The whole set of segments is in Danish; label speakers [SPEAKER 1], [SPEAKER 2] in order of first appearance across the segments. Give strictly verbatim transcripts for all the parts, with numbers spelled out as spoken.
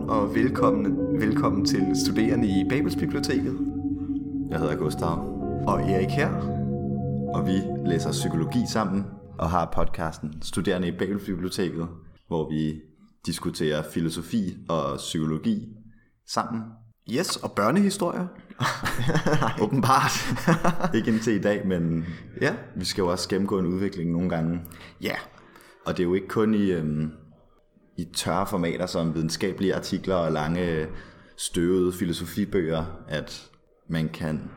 [SPEAKER 1] og velkommen, velkommen til studerende i Babelsbiblioteket.
[SPEAKER 2] Jeg hedder Gustav.
[SPEAKER 1] Og Erik her.
[SPEAKER 2] Og vi læser psykologi sammen og har podcasten Studerende i Babelsbiblioteket, hvor vi diskuterer filosofi og psykologi sammen.
[SPEAKER 1] Yes, og børnehistorier.
[SPEAKER 2] Åbenbart. Ikke indtil i dag, men
[SPEAKER 1] ja.
[SPEAKER 2] Vi skal jo også gennemgå en udvikling nogle gange.
[SPEAKER 1] Ja.
[SPEAKER 2] Og det er jo ikke kun i, øhm, i tørre formater som videnskabelige artikler og lange støvede filosofibøger, at man kan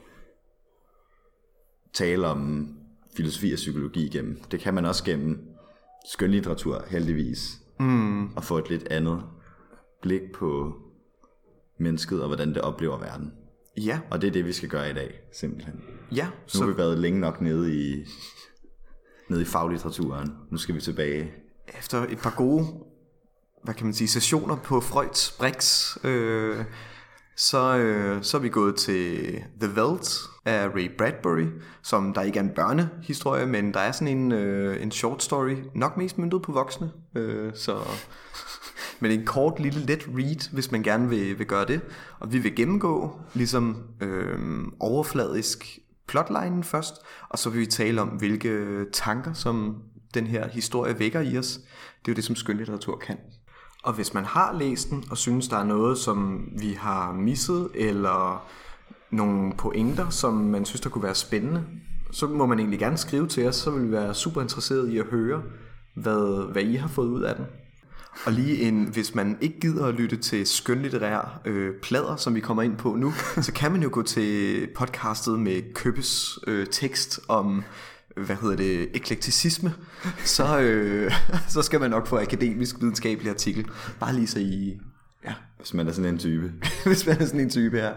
[SPEAKER 2] tale om filosofi og psykologi igennem. Det kan man også gennem skønlitteratur, heldigvis.
[SPEAKER 1] Mm.
[SPEAKER 2] Og få et lidt andet blik på mennesket og hvordan det oplever verden.
[SPEAKER 1] Ja.
[SPEAKER 2] Og det er det, vi skal gøre i dag, simpelthen.
[SPEAKER 1] Ja.
[SPEAKER 2] Nu
[SPEAKER 1] så...
[SPEAKER 2] har vi været længe nok nede i, nede i faglitteraturen. Nu skal vi tilbage.
[SPEAKER 1] Efter et par gode, hvad kan man sige, sessioner på Freuds Brix, øh, så, øh, så er vi gået til The Welt af Ray Bradbury, som der ikke er en børnehistorie, men der er sådan en, øh, en short story, nok mest møntet på voksne, øh, så... Men en kort, lille, let read, hvis man gerne vil, vil gøre det. Og vi vil gennemgå ligesom øh, overfladisk plotlinen først, og så vil vi tale om, hvilke tanker, som den her historie vækker i os. Det er jo det, som skønlitteratur kan. Og hvis man har læst den, og synes, der er noget, som vi har misset, eller nogle pointer, som man synes, der kunne være spændende, så må man egentlig gerne skrive til os, så vil vi være super interesseret i at høre, hvad, hvad I har fået ud af den. Og lige en, hvis man ikke gider at lytte til skønlitterære øh, plader, som vi kommer ind på nu, så kan man jo gå til podcastet med Købes øh, tekst om, hvad hedder det, eklekticisme. Så, øh, så skal man nok få akademisk videnskabelig artikel. Bare lige så I... Ja.
[SPEAKER 2] Hvis man er sådan en type.
[SPEAKER 1] Hvis man er sådan en type, ja.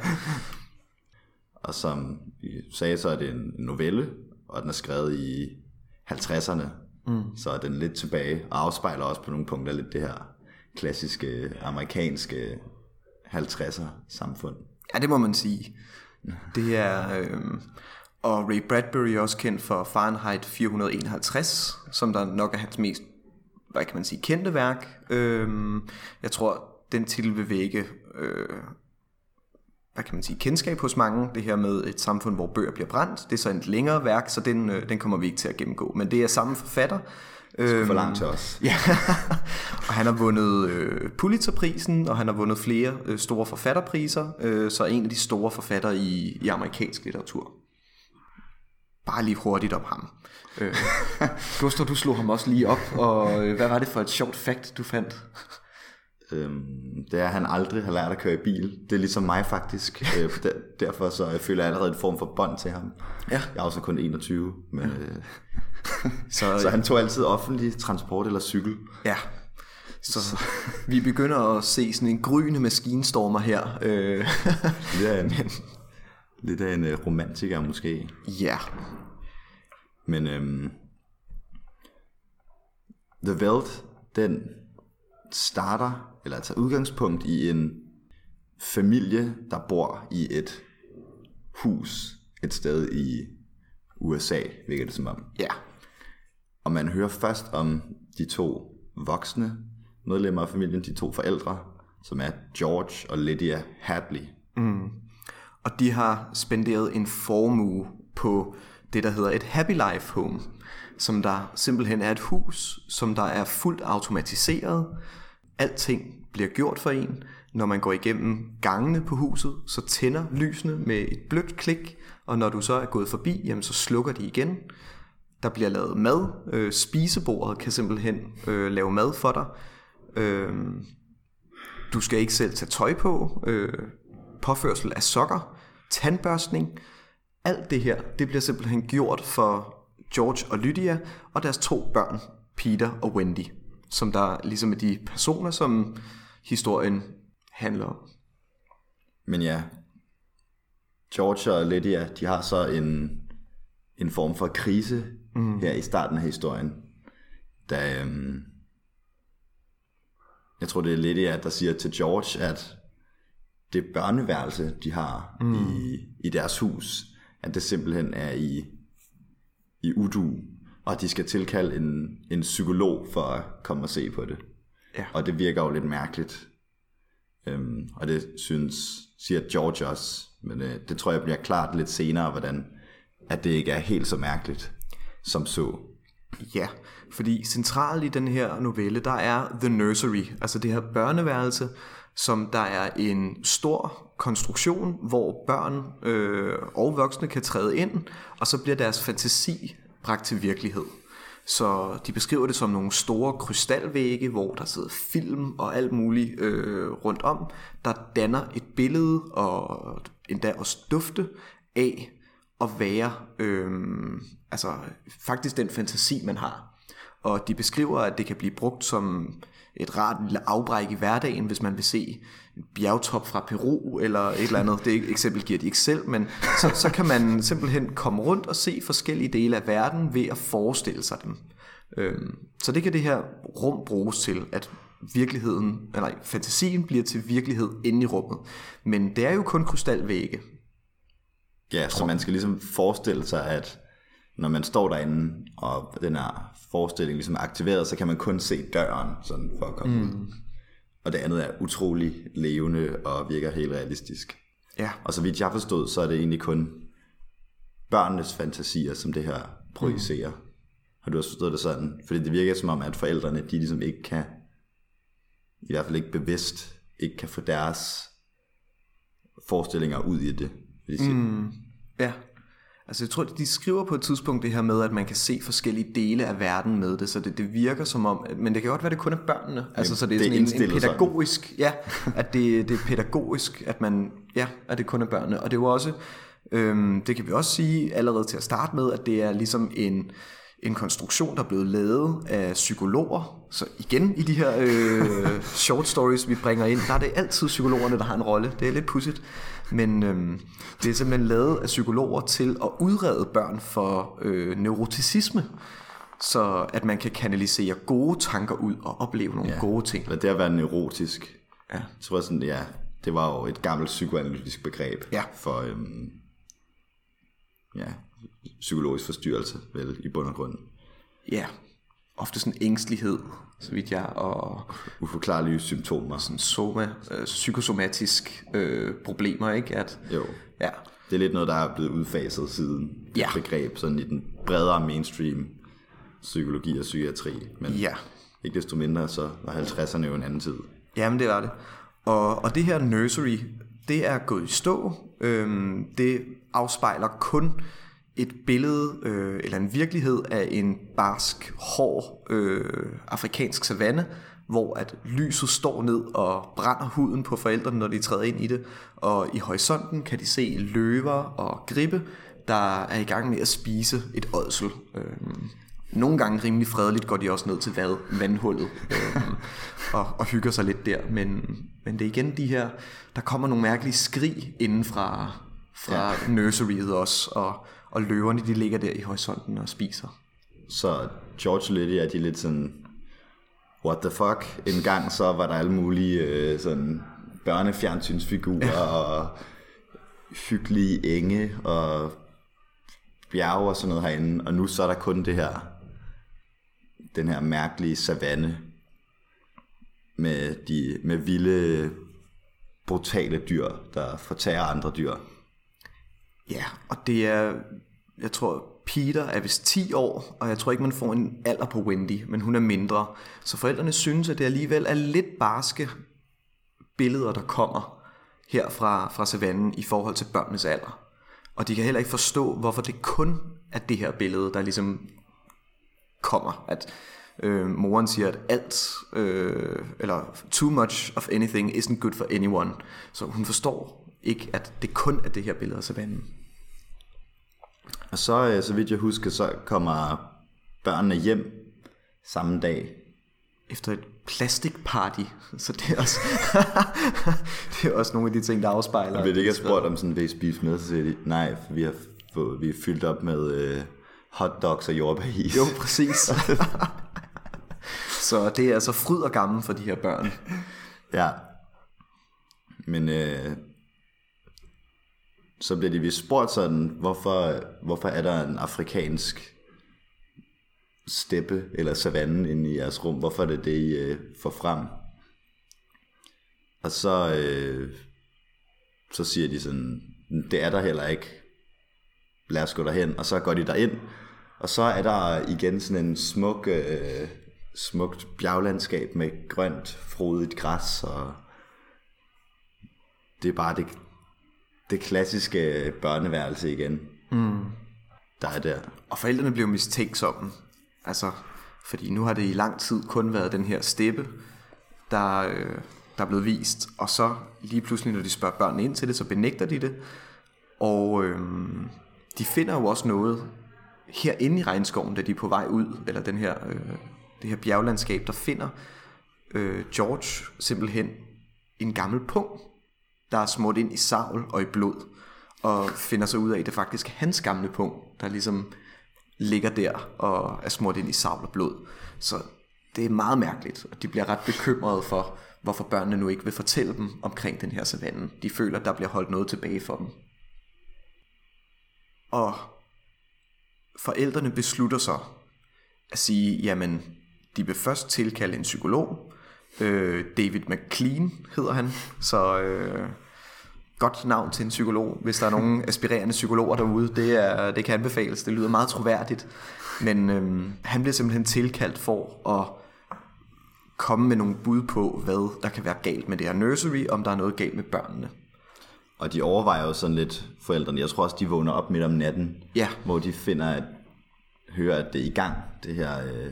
[SPEAKER 2] Og som vi sagde, så er det en novelle, og den er skrevet i halvtredserne. Mm. Så er den lidt tilbage og afspejler også på nogle punkter lidt det her klassiske amerikanske halvtredser samfund.
[SPEAKER 1] Ja, det må man sige. Det er øh, og Ray Bradbury er også kendt for Fahrenheit fire hundrede enoghalvtreds, som der nok er hans mest, hvad kan man sige, kendte værk. Øh, jeg tror den titel vil vække øh, hvad kan man sige, kendskab hos mange, det her med et samfund, hvor bøger bliver brændt. Det er så et længere værk, så den, den kommer vi ikke til at gennemgå. Men det er samme forfatter.
[SPEAKER 2] Det skal for langt til os.
[SPEAKER 1] Ja, og han har vundet øh, Pulitzerprisen, og han har vundet flere øh, store forfatterpriser, øh, så er en af de store forfattere i, i amerikansk litteratur. Bare lige hurtigt om ham. Øh, Gustav, du slog ham også lige op, og øh, hvad var det for et sjovt fact, du fandt?
[SPEAKER 2] Øhm, det er, at han aldrig har lært at køre i bil. Det er ligesom mig faktisk. øh, der, Derfor så jeg føler jeg allerede en form for bånd til ham.
[SPEAKER 1] Ja.
[SPEAKER 2] Jeg er også kun enogtyve, men, øh, så, så han tog altid offentlig transport eller cykel.
[SPEAKER 1] Ja. Så vi begynder at se sådan en gryende maskinstormer her. øh.
[SPEAKER 2] Lidt af en, lidt af en uh, romantiker måske.
[SPEAKER 1] Ja.
[SPEAKER 2] Men øhm, The Welt, den starter, eller tager udgangspunkt i en familie, der bor i et hus et sted i U S A, virker det som om.
[SPEAKER 1] Ja.
[SPEAKER 2] Og man hører først om de to voksne medlemmer af familien, de to forældre, som er George og Lydia Hadley.
[SPEAKER 1] Mm. Og de har spenderet en formue på det, der hedder et Happy Life Home, som der simpelthen er et hus, som der er fuldt automatiseret. Alting bliver gjort for en. Når man går igennem gangene på huset, så tænder lysene med et blødt klik, og når du så er gået forbi, jamen, så slukker de igen. Der bliver lavet mad. Øh, spisebordet kan simpelthen øh, lave mad for dig. Øh, du skal ikke selv tage tøj på. Øh, påførsel af sokker. Tandbørstning. Alt det her, det bliver simpelthen gjort for George og Lydia og deres to børn, Peter og Wendy, som der ligesom er de personer, som historien handler om.
[SPEAKER 2] Men ja, George og Lydia, de har så en, en form for krise mm. her i starten af historien. Da, øhm, jeg tror det er Lydia, der siger til George, at det børneværelse, de har mm. i, i deres hus, at det simpelthen er i, i udu, og at de skal tilkalde en, en psykolog for at komme og se på det.
[SPEAKER 1] Ja.
[SPEAKER 2] Og det virker jo lidt mærkeligt. Øhm, og det synes, siger George også, men øh, det tror jeg bliver klart lidt senere, hvordan at det ikke er helt så mærkeligt som så.
[SPEAKER 1] Ja, fordi centralt i den her novelle, der er The Nursery, altså det her børneværelse, som der er en stor konstruktion, hvor børn øh, og voksne kan træde ind, og så bliver deres fantasi bragt til virkelighed. Så de beskriver det som nogle store krystalvægge, hvor der sidder film og alt muligt øh, rundt om, der danner et billede og endda også dufte af at være øh, altså faktisk den fantasi, man har. Og de beskriver, at det kan blive brugt som et rart lille afbræk i hverdagen, hvis man vil se en bjergtop fra Peru eller et eller andet. Det eksempel giver de ikke selv, men så, så kan man simpelthen komme rundt og se forskellige dele af verden ved at forestille sig dem. Øhm, så det kan det her rum bruges til, at virkeligheden, eller fantasien bliver til virkelighed inde i rummet. Men det er jo kun krystalvægge.
[SPEAKER 2] Ja, så man skal ligesom forestille sig, at når man står derinde, og den her forestilling ligesom er aktiveret, så kan man kun se døren, sådan for at komme mm. ud. Og det andet er utrolig levende og virker helt realistisk.
[SPEAKER 1] Ja. Og
[SPEAKER 2] så vidt jeg forstod, så er det egentlig kun børnenes fantasier, som det her projicerer. Mm. Har du også forstået det sådan? Fordi det virker som om, at forældrene, de ligesom ikke kan, i hvert fald ikke bevidst, ikke kan få deres forestillinger ud i det.
[SPEAKER 1] Mm. Ja. Altså jeg tror, de skriver på et tidspunkt det her med, at man kan se forskellige dele af verden med det, så det, det virker som om, men det kan godt være, det kun er børnene. Altså så det er, det er sådan en, en pædagogisk, sådan. Ja, at det, det er pædagogisk, at man, ja, at det kun er børnene. Og det er jo også, øhm, det kan vi også sige allerede til at starte med, at det er ligesom en, en konstruktion, der er blevet lavet af psykologer. Så igen i de her øh, short stories, vi bringer ind, der er det altid psykologerne, der har en rolle. Det er lidt pudsigt. Men øhm, det er simpelthen lavet af psykologer til at udrede børn for øh, neuroticisme, så at man kan kanalisere gode tanker ud og opleve nogle ja. gode ting.
[SPEAKER 2] Eller det at være neurotisk.
[SPEAKER 1] Ja.
[SPEAKER 2] Jeg tror sådan, ja, det var jo et gammelt psykoanalytisk begreb
[SPEAKER 1] ja.
[SPEAKER 2] for øhm, ja, psykologisk forstyrrelse, vel, i bund og grund.
[SPEAKER 1] Ja, ofte sådan ængstelighed, så vidt jeg, og
[SPEAKER 2] uforklarlige symptomer,
[SPEAKER 1] sådan soma, øh, psykosomatisk øh, problemer, ikke? At,
[SPEAKER 2] jo,
[SPEAKER 1] ja.
[SPEAKER 2] Det er lidt noget, der er blevet udfaset siden
[SPEAKER 1] ja.
[SPEAKER 2] begreb, sådan i den bredere mainstream psykologi og psykiatri, men
[SPEAKER 1] ja.
[SPEAKER 2] ikke desto mindre, så var halvtredserne jo en anden tid.
[SPEAKER 1] Jamen det var det, og, og det her nursery, det er gået i stå, øhm, det afspejler kun et billede øh, eller en virkelighed af en barsk, hård øh, afrikansk savanne, hvor at lyset står ned og brænder huden på forældrene, når de træder ind i det, og i horisonten kan de se løver og gribbe, der er i gang med at spise et ådsel. Øh, nogle gange rimelig fredeligt går de også ned til vad, vandhullet øh, og, og hygger sig lidt der, men, men det er igen de her, der kommer nogle mærkelige skrig inden fra, fra ja. nurseryet også, og Og løverne, de ligger der i horisonten og spiser.
[SPEAKER 2] Så George og Lydia, de er lidt sådan, what the fuck? En gang så var der alle mulige øh, sådan børnefjernsynsfigurer ja. og hyggelige enge og bjerge og sådan noget herinde. Og nu så er der kun det her, den her mærkelige savanne med, de, med vilde, brutale dyr, der fortærer andre dyr.
[SPEAKER 1] Ja, og det er, jeg tror Peter er vist ti år, og jeg tror ikke man får en alder på Wendy, men hun er mindre. Så forældrene synes, at det alligevel er lidt barske billeder, der kommer her fra, fra savannen i forhold til børnenes alder. Og de kan heller ikke forstå, hvorfor det kun er det her billede, der ligesom kommer. At øh, moren siger, at alt, øh, eller too much of anything isn't good for anyone. Så hun forstår ikke, at det kun er det her billede af savannen.
[SPEAKER 2] Og så, så vidt jeg husker, så kommer børnene hjem samme dag.
[SPEAKER 1] Efter et plastikparty. Så det er også, det er også nogle af de ting, der afspejler.
[SPEAKER 2] Og vil det ikke have spurgt om sådan, vil I spise med? Så siger de, nej, vi har fået, vi er fyldt op med øh, hotdogs og jordbæris.
[SPEAKER 1] Jo, præcis. Så det er altså fryd og gammel for de her børn.
[SPEAKER 2] Ja. Men øh, så bliver de vist spurgt sådan, hvorfor, hvorfor er der en afrikansk steppe eller savanne inde i jeres rum? Hvorfor er det det, I øh, får frem? Og så, øh, så siger de sådan, det er der heller ikke, lad os gå derhen. Og så går de derind, og så er der igen sådan en smuk, øh, smukt bjerglandskab med grønt, frodigt græs, og det er bare det, det klassiske børneværelse igen, mm. der er der.
[SPEAKER 1] Og forældrene blev mistænksomme, altså, fordi nu har det i lang tid kun været den her steppe, der, øh, der er blevet vist, og så lige pludselig, når de spørger børnene ind til det, så benægter de det, og øh, de finder jo også noget herinde i regnskoven, da de er på vej ud, eller den her, øh, det her bjerglandskab, der finder øh, George simpelthen en gammel pung, der er smurt ind i savl og i blod, og finder så ud af, at det faktisk er hans gamle pung, der ligesom ligger der og er smurt ind i savl og blod. Så det er meget mærkeligt, og de bliver ret bekymrede for, hvorfor børnene nu ikke vil fortælle dem omkring den her savanne. De føler, at der bliver holdt noget tilbage for dem. Og forældrene beslutter så at sige, jamen, de vil først tilkalde en psykolog. Øh, David McLean hedder han, så øh, godt navn til en psykolog, hvis der er nogle aspirerende psykologer derude. Det, er, det kan anbefales, det lyder meget troværdigt. Men øh, han bliver simpelthen tilkaldt for at komme med nogle bud på, hvad der kan være galt med det her nursery, om der er noget galt med børnene.
[SPEAKER 2] Og de overvejer jo sådan lidt, forældrene, jeg tror også, de vågner op midt om natten,
[SPEAKER 1] ja.
[SPEAKER 2] Hvor de finder, at hører, at det er i gang, det her øh,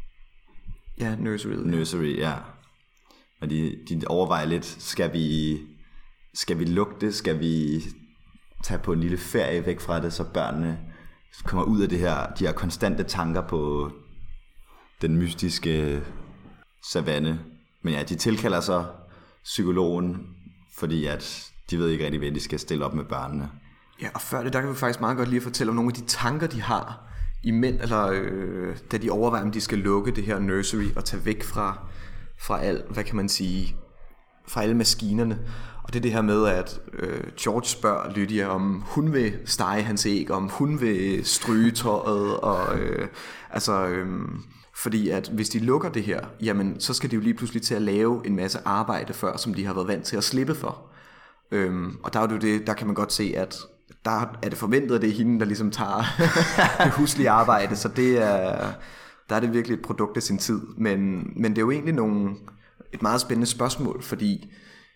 [SPEAKER 1] ja, nursery.
[SPEAKER 2] Nursery, ja. Og de, de overvejer lidt, skal vi, skal vi lukke det, skal vi tage på en lille ferie væk fra det, så børnene kommer ud af det her, de her konstante tanker på den mystiske savanne. Men ja, de tilkalder så psykologen, fordi at de ved ikke rigtig, hvad de skal stille op med børnene. Ja,
[SPEAKER 1] og før det, der kan vi faktisk meget godt lige fortælle om nogle af de tanker, de har, imens, eller øh, da de overvejer, om de skal lukke det her nursery og tage væk fra, fra alt, hvad kan man sige, fra alle maskinerne. Og det er det her med, at øh, George spørger Lydia, om hun vil stege hans æg, om hun vil stryge tøjet, og øh, altså... Øh, fordi at hvis de lukker det her, jamen så skal de jo lige pludselig til at lave en masse arbejde før, som de har været vant til at slippe for. Øhm, og der er det, det, der kan man godt se, at der er det forventet, at det er hende, der ligesom tager det huslige arbejde, så det er, der er det virkelig et produkt af sin tid. Men, men det er jo egentlig nogle, et meget spændende spørgsmål, fordi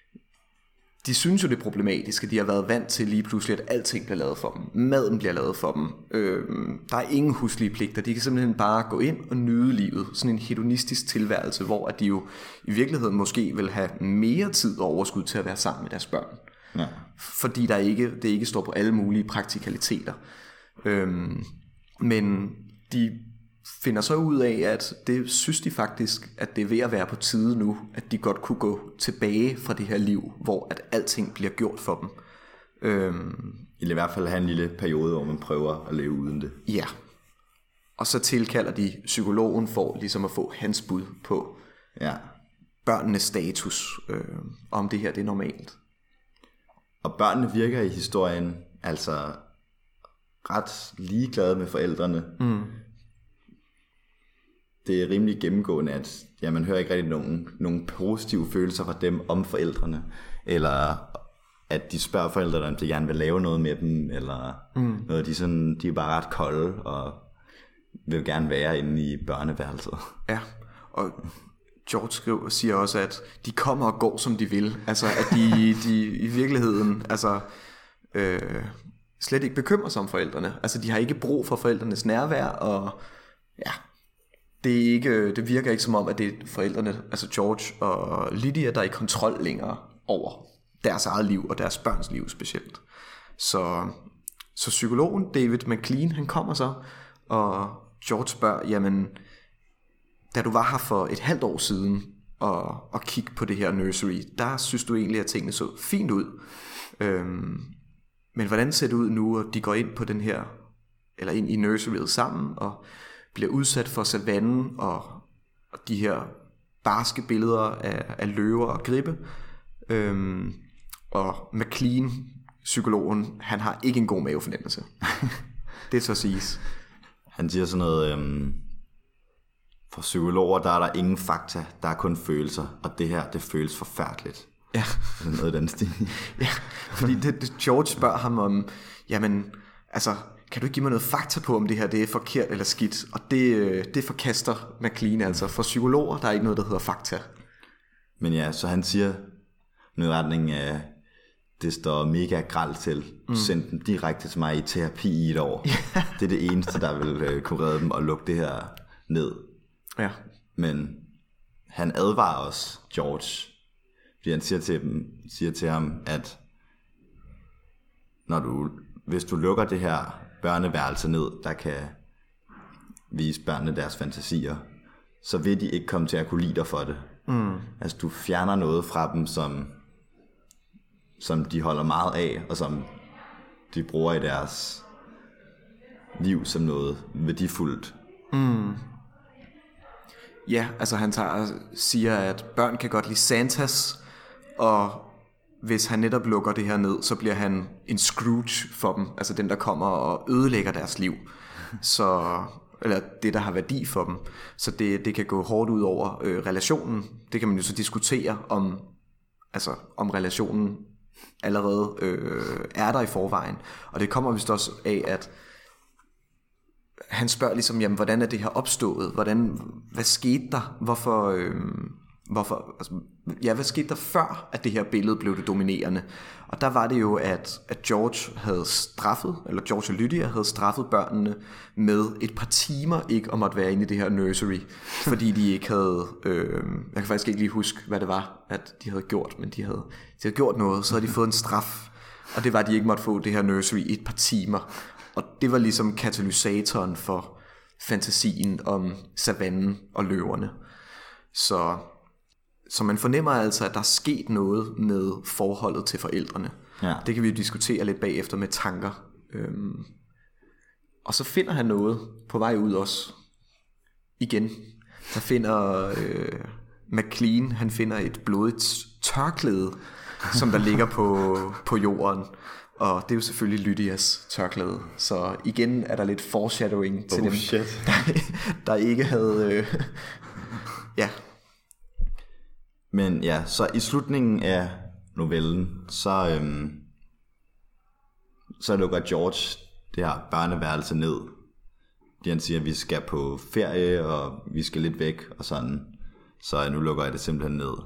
[SPEAKER 1] de synes jo, det er problematisk, at de har været vant til lige pludselig, at alting bliver lavet for dem. Maden bliver lavet for dem. Øhm, der er ingen huslige pligter. De kan simpelthen bare gå ind og nyde livet. Sådan en hedonistisk tilværelse, hvor at de jo i virkeligheden måske vil have mere tid og overskud til at være sammen med deres børn. Ja. Fordi der ikke, det ikke står på alle mulige praktikaliteter. Øhm, men de finder så ud af, at det synes de faktisk, at det er ved at være på tide nu, at de godt kunne gå tilbage fra det her liv, hvor at alting bliver gjort for dem. Øhm,
[SPEAKER 2] Eller i hvert fald have en lille periode, hvor man prøver at leve uden det.
[SPEAKER 1] Ja. Og så tilkalder de psykologen for ligesom at få hans bud på
[SPEAKER 2] ja.
[SPEAKER 1] børnenes status, øh, om det her det er normalt.
[SPEAKER 2] Og børnene virker i historien altså ret ligeglade med forældrene. Mm. Det er rimelig gennemgående, at ja, man hører ikke rigtig nogen, nogen positive følelser fra dem om forældrene, eller at de spørger forældrene, om de gerne vil lave noget med dem, eller mm. noget, de, sådan, de er bare ret kolde, og vil gerne være inde i børneværelset.
[SPEAKER 1] Ja, og George skriver, siger også, at de kommer og går, som de vil. Altså, at de, de i virkeligheden altså, øh, slet ikke bekymrer sig om forældrene. Altså, de har ikke brug for forældrenes nærvær, og ja, det, er ikke, det virker ikke som om, at det er forældrene, altså George og Lydia, der er i kontrol længere over deres eget liv, og deres børns liv specielt. Så, så psykologen David McLean, han kommer så, og George spørger, jamen, da du var her for et halvt år siden og, og kigge på det her nursery, der synes du egentlig, at tingene så fint ud. Øhm, men hvordan ser det ud nu, at de går ind på den her, eller ind i nurseryet sammen, og bliver udsat for savannen og, og de her barske billeder af, af løver og gribbe. Øhm, og McLean, psykologen, han har ikke en god mavefornemmelse. Det så siges.
[SPEAKER 2] Han siger sådan noget... Øhm For psykologer, der er der ingen fakta, der er kun følelser, og det her, det føles forfærdeligt.
[SPEAKER 1] Ja.
[SPEAKER 2] Eller noget af den stil.
[SPEAKER 1] Ja, fordi det, det, George spørger ham om, jamen, altså, kan du ikke give mig noget fakta på, om det her det er forkert eller skidt? Og det, det forkaster McLean altså. For psykologer, der er ikke noget, der hedder fakta.
[SPEAKER 2] Men ja, så han siger noget i retning af, det står mega grelt til. Mm. Send dem direkte til mig i terapi i et år. Yeah. Det er det eneste, der vil øh, kunne redde dem og lukke det her ned.
[SPEAKER 1] Ja.
[SPEAKER 2] Men han advarer os, George, fordi han siger til, dem, siger til ham, at når du, hvis du lukker det her børneværelse ned, der kan vise børnene deres fantasier, så vil de ikke komme til at kunne lide dig for det. Mm. Altså du fjerner noget fra dem, som, som de holder meget af, og som de bruger i deres liv som noget værdifuldt.
[SPEAKER 1] Mm. Ja, altså han tager, siger, at børn kan godt lide Santas, og hvis han netop lukker det her ned, så bliver han en Scrooge for dem, altså den, der kommer og ødelægger deres liv, så, eller det, der har værdi for dem. Så det, det kan gå hårdt ud over øh, relationen. Det kan man jo så diskutere, om, altså, om relationen allerede øh, er der i forvejen. Og det kommer vist også af, at han spørger ligesom, jamen, hvordan er det her opstået? Hvordan, hvad skete der? Hvorfor, øh, hvorfor, altså, ja, hvad skete der før, at det her billede blev det dominerende? Og der var det jo, at, at George havde straffet, eller George og Lydia havde straffet børnene med et par timer ikke at måtte være inde i det her nursery, fordi de ikke havde, øh, jeg kan faktisk ikke lige huske, hvad det var, at de havde gjort, men de havde, de havde gjort noget, så havde de fået en straf, og det var, at de ikke måtte få det her nursery i et par timer. Og det var ligesom katalysatoren for fantasien om savannen og løverne. Så, så man fornemmer altså, at der er sket noget med forholdet til forældrene.
[SPEAKER 2] Ja.
[SPEAKER 1] Det kan vi jo diskutere lidt bagefter med tanker. Øhm, og så finder han noget på vej ud også. Igen. Der finder øh, McLean, han finder et blodigt tørklæde, som der ligger på, på jorden. Og det er jo selvfølgelig Lydias tørklæde. Så igen er der lidt foreshadowing til
[SPEAKER 2] oh,
[SPEAKER 1] dem,
[SPEAKER 2] shit.
[SPEAKER 1] Der, der ikke havde... Øh, ja.
[SPEAKER 2] Men ja, så i slutningen af novellen, så, øhm, så lukker George det her børneværelse ned. De han siger, at vi skal på ferie, og vi skal lidt væk, og sådan. Så nu lukker jeg det simpelthen ned.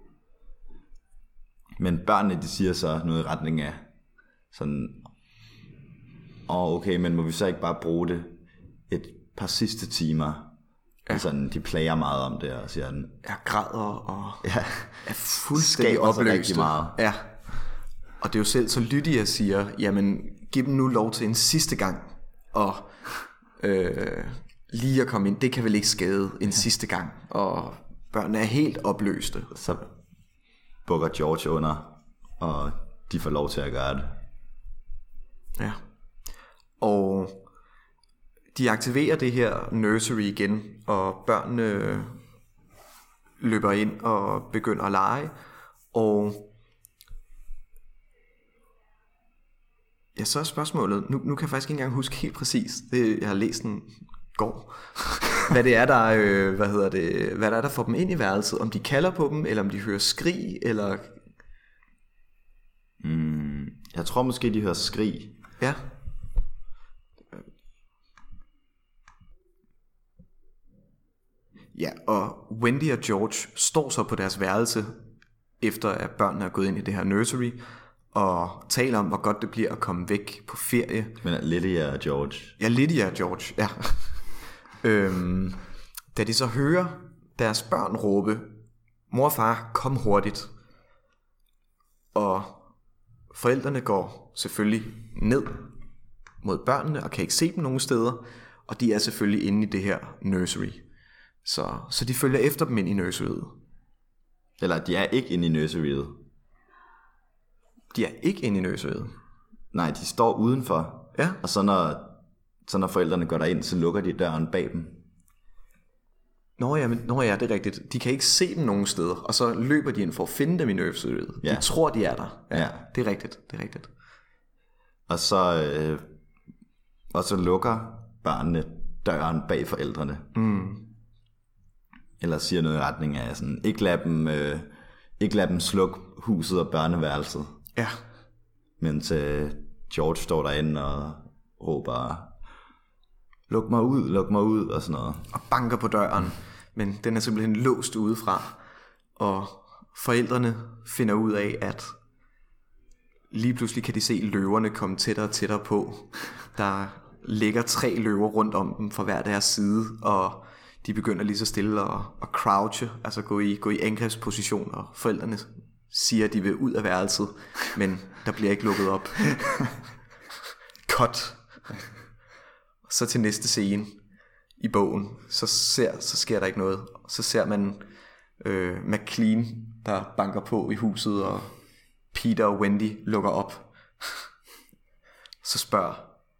[SPEAKER 2] Men børnene, de siger så noget i retning af, sådan, åh oh, okay, men må vi så ikke bare bruge det et par sidste timer? Ja. Sådan, de plager meget om det, og siger den,
[SPEAKER 1] jeg græder og
[SPEAKER 2] ja,
[SPEAKER 1] er fuldstændig opløst. Ja. Og det er jo selv, så Lydia siger, jamen, giv dem nu lov til en sidste gang, og øh, lige at komme ind, det kan vel ikke skade en ja. sidste gang, og børnene er helt opløste.
[SPEAKER 2] Så bukker George under, og de får lov til at gøre det.
[SPEAKER 1] Ja. Og de aktiverer det her nursery igen, og børnene løber ind og begynder at lege. Og ja, så er spørgsmålet, nu, nu kan jeg faktisk ikke engang huske helt præcis, det, jeg har læst den går, hvad det er, der, øh, hvad hedder det, hvad der er, der får dem ind i værelset, om de kalder på dem, eller om de hører skrig, eller...
[SPEAKER 2] Mm, jeg tror måske, de hører skrig.
[SPEAKER 1] Ja. Ja, og Wendy og George står så på deres værelse, efter at børnene er gået ind i det her nursery, og taler om, hvor godt det bliver at komme væk på ferie.
[SPEAKER 2] Men Lydia og George.
[SPEAKER 1] Ja, Lydia og George, ja. øhm, da de så hører deres børn råbe, mor og far, kom hurtigt. Og forældrene går selvfølgelig ned mod børnene, og kan ikke se dem nogen steder, og de er selvfølgelig inde i det her nursery. Så, så de følger efter dem ind i nurseryet.
[SPEAKER 2] Eller de er ikke inde i nurseryet.
[SPEAKER 1] De er ikke inde i nurseryet.
[SPEAKER 2] Nej, de står udenfor.
[SPEAKER 1] Ja.
[SPEAKER 2] Og så når, så når forældrene går derind, så lukker de døren bag dem.
[SPEAKER 1] Nå ja, men, nå ja, det er rigtigt. De kan ikke se dem nogen steder, og så løber de ind for at finde dem i nurseryet.
[SPEAKER 2] Ja.
[SPEAKER 1] De tror, de er der. Ja,
[SPEAKER 2] ja.
[SPEAKER 1] Det er rigtigt, det er rigtigt.
[SPEAKER 2] Og så, øh, og så lukker børnene døren bag forældrene.
[SPEAKER 1] Mm.
[SPEAKER 2] Eller siger noget i retning af sådan, ikke lad dem, øh, ikke lade dem slukke huset og børneværelset.
[SPEAKER 1] Ja.
[SPEAKER 2] Mens øh, George står derinde og råber, luk mig ud, luk mig ud og sådan noget.
[SPEAKER 1] Og banker på døren, men den er simpelthen låst udefra. Og forældrene finder ud af, at lige pludselig kan de se løverne komme tættere og tættere på. Der ligger tre løver rundt om dem fra hver deres side, og de begynder lige så stille at, at crouche, altså gå i, gå i angrebsposition, og forældrene siger, at de vil ud af værelset, men der bliver ikke lukket op. Cut. Så til næste scene i bogen, så, ser, så sker der ikke noget. Så ser man øh, McClean, der banker på i huset, og Peter og Wendy lukker op. Så spørger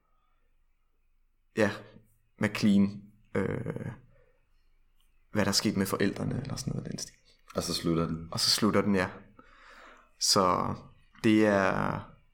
[SPEAKER 1] ja, McClean, øh, hvad der er sket med forældrene, eller sådan noget den stil.
[SPEAKER 2] Og så slutter den.
[SPEAKER 1] Og så slutter den, ja. Så det er...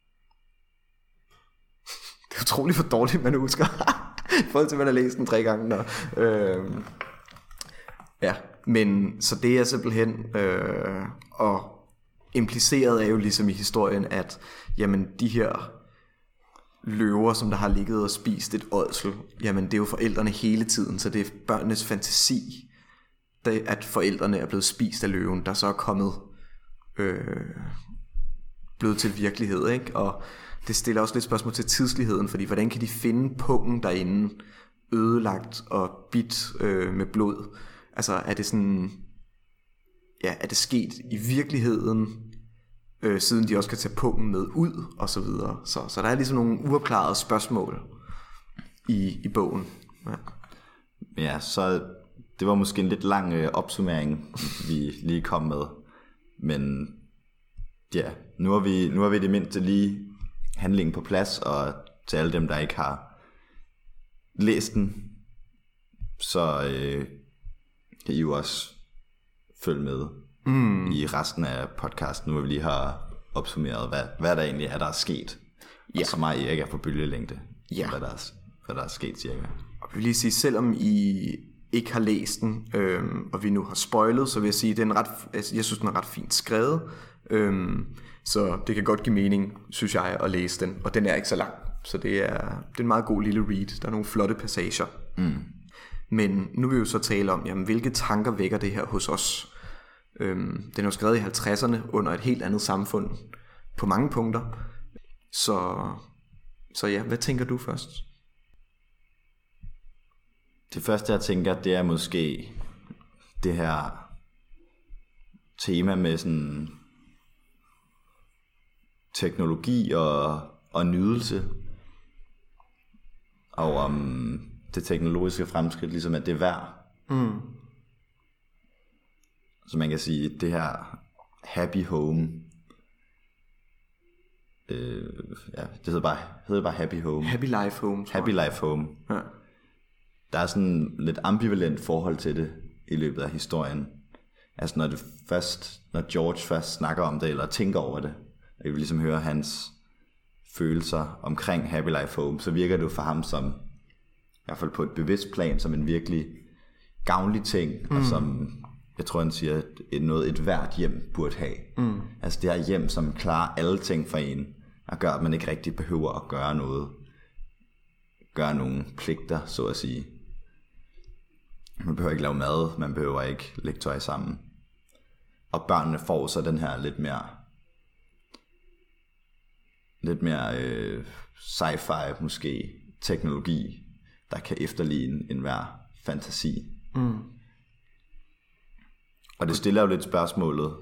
[SPEAKER 1] det er utroligt for dårligt, man husker. I forhold til, man har læst den tre gange. Nå. Øh, ja, men så det er simpelthen... Øh, og impliceret er jo ligesom i historien, at jamen, de her løver, som der har ligget og spist et ådsel, jamen det er jo forældrene hele tiden, så det er børnenes fantasi, at forældrene er blevet spist af løven, der så er kommet øh, blevet til virkelighed, ikke? Og det stiller også lidt spørgsmål til tidsligheden, fordi hvordan kan de finde pungen derinde ødelagt og bit øh, med blod? Altså er det sådan, ja, er det sket i virkeligheden, øh, siden de også kan tage pungen med ud og så videre. Så, så der er ligesom nogle uopklarede spørgsmål i, i bogen. Ja.
[SPEAKER 2] Ja, så det var måske en lidt lang øh, opsummering, vi lige kom med. Men ja, nu har vi, nu har vi det mindste lige handlingen på plads, og til alle dem, der ikke har læst den, så øh, kan I jo også følge med mm. i resten af podcasten, hvor vi lige har opsummeret, hvad, hvad der egentlig er, der er sket. Ja. Og så meget Erik er på bølgelængde,
[SPEAKER 1] ja.
[SPEAKER 2] hvad, der er, hvad der er sket cirka.
[SPEAKER 1] Og jeg vil lige sige, selvom I ikke har læst den, øhm, og vi nu har spoilet, så vil jeg sige, at den er ret, altså, jeg synes, den er ret fint skrevet. Øhm, så det kan godt give mening, synes jeg, at læse den. Og den er ikke så lang, så det er, det er en meget god lille read. Der er nogle flotte passager. Mm. Men nu vil vi jo så tale om, jamen, hvilke tanker vækker det her hos os. Øhm, den er jo skrevet i halvtredserne under et helt andet samfund på mange punkter. Så, så ja, hvad tænker du først?
[SPEAKER 2] Det første jeg tænker, det er måske det her tema med sådan teknologi og, og nydelse, og om det teknologiske fremskridt ligesom at det er værd. Mm. Så man kan sige, det her happy home, øh, ja, det hedder bare, hedder bare happy home.
[SPEAKER 1] Happy life home.
[SPEAKER 2] Happy life home. Ja. Der er sådan lidt ambivalent forhold til det i løbet af historien. Altså når det først, når George først snakker om det eller tænker over det, og vi vil ligesom høre hans følelser omkring Happy Life Home, så virker det jo for ham som, i hvert fald på et bevidst plan, som en virkelig gavnlig ting, mm. og som, jeg tror han siger, at noget et hvert hjem burde have. Mm. Altså det her hjem, som klarer alle ting for en, og gør, at man ikke rigtig behøver at gøre noget, gøre nogle pligter, så at sige. Man behøver ikke lave mad, man behøver ikke lægge tøj sammen. Og børnene får så den her lidt mere lidt mere øh, sci-fi måske teknologi, der kan efterligne enhver fantasi. Mm. Og det stiller jo lidt spørgsmålet,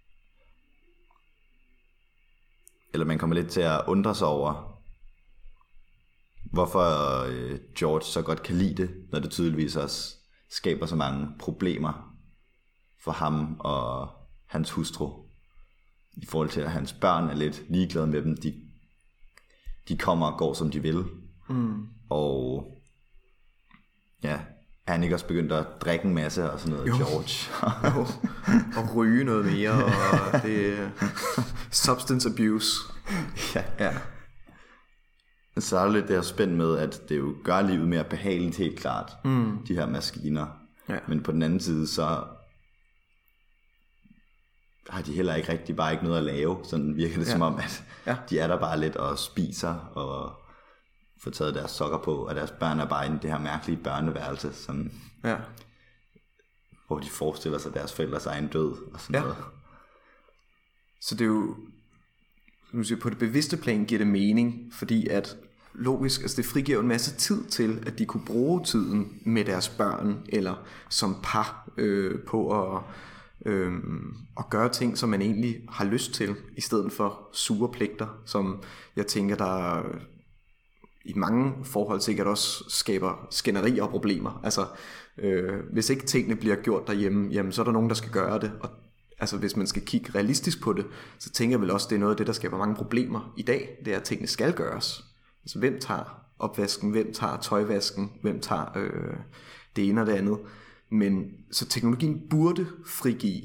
[SPEAKER 2] eller man kommer lidt til at undre sig over, hvorfor øh, George så godt kan lide det, når det tydeligvis også skaber så mange problemer for ham og hans hustru, i forhold til at hans børn er lidt ligeglade med dem. De, de kommer og går som de vil. Mm. Og ja, er han ikke også begyndt at drikke en masse og sådan noget, jo. George?
[SPEAKER 1] Jo. Og ryge noget mere, og det er substance abuse.
[SPEAKER 2] Ja. Ja. Så er det lidt det her spænd med, at det jo gør livet mere behageligt, helt klart, mm. de her maskiner. Ja. Men på den anden side, så har de heller ikke rigtig bare ikke noget at lave. Sådan virker det ja. som om, at ja. de er der bare lidt og spiser og får taget deres sokker på, og deres børn er bare i det her mærkelige børneværelse, som, ja. hvor de forestiller sig deres forældres egen død og sådan ja. noget.
[SPEAKER 1] Så det er jo, nu siger, på det bevidste plan giver det mening, fordi at logisk, altså det frigiver en masse tid til, at de kunne bruge tiden med deres børn, eller som par øh, på at, øh, at gøre ting, som man egentlig har lyst til, i stedet for sure pligter, som jeg tænker, der i mange forhold sikkert også skaber skænderier og problemer. Altså, øh, hvis ikke tingene bliver gjort derhjemme, jamen så er der nogen, der skal gøre det, og altså hvis man skal kigge realistisk på det, så tænker jeg vel også, det er noget af det, der skaber mange problemer i dag, det er, at tingene skal gøres. Altså hvem tager opvasken, hvem tager tøjvasken, hvem tager øh, det ene og det andet. Men så teknologien burde frigive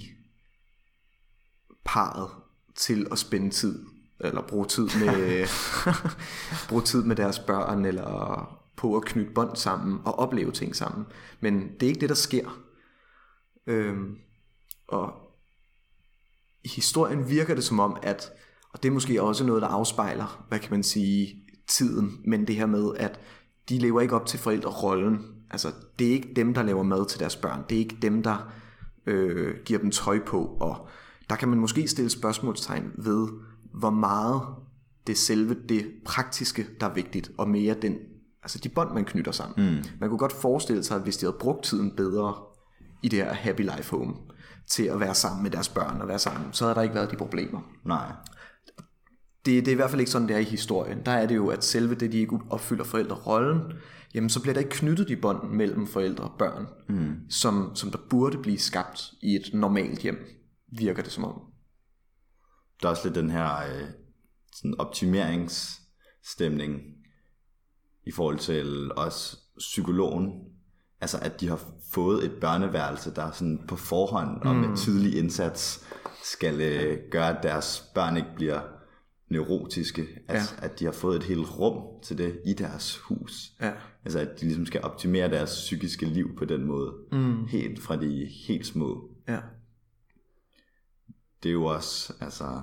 [SPEAKER 1] parret til at spænde tid, eller bruge tid med, bruge tid med deres børn, eller på at knytte bånd sammen og opleve ting sammen. Men det er ikke det, der sker. Øhm, og i historien virker det som om, at, og det er måske også noget, der afspejler, hvad kan man sige, tiden, men det her med, at de lever ikke op til forældrerollen. Altså, det er ikke dem, der laver mad til deres børn. Det er ikke dem, der øh, giver dem tøj på. Og der kan man måske stille spørgsmålstegn ved, hvor meget det selve det praktiske, der er vigtigt, og mere den, altså de bånd, man knytter sammen. Mm. Man kunne godt forestille sig, at hvis de havde brugt tiden bedre i det her happy life home, til at være sammen med deres børn og være sammen, så havde der ikke været de problemer.
[SPEAKER 2] Nej.
[SPEAKER 1] Det, det er i hvert fald ikke sådan, det er i historien. Der er det jo, at selve det, de ikke opfylder forældrerollen, jamen så bliver der ikke knyttet de bånd mellem forældre og børn, mm. som, som der burde blive skabt i et normalt hjem, virker det som om.
[SPEAKER 2] Der er også lidt den her øh, sådan optimeringsstemning i forhold til os psykologen, altså at de har fået et børneværelse, der sådan på forhånd og med tydelig indsats skal øh, gøre, at deres børn ikke bliver neurotiske, altså ja. At de har fået et helt rum til det i deres hus, ja. Altså at de ligesom skal optimere deres psykiske liv på den måde, mm. helt fra de helt små. Ja. Det er jo også, altså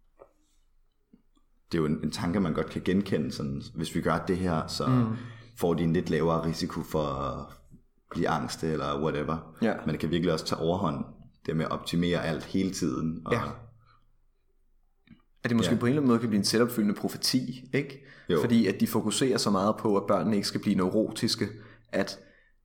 [SPEAKER 2] det er jo en, en tanke, man godt kan genkende, sådan, hvis vi gør det her, så mm. får de en lidt lavere risiko for at blive angst eller whatever, ja. Men det kan virkelig også tage overhånd, det med at optimere alt hele tiden, og
[SPEAKER 1] ja. At det måske ja. På en eller anden måde kan blive en selvopfyldende profeti, ikke? Jo. Fordi at de fokuserer så meget på, at børnene ikke skal blive neurotiske, at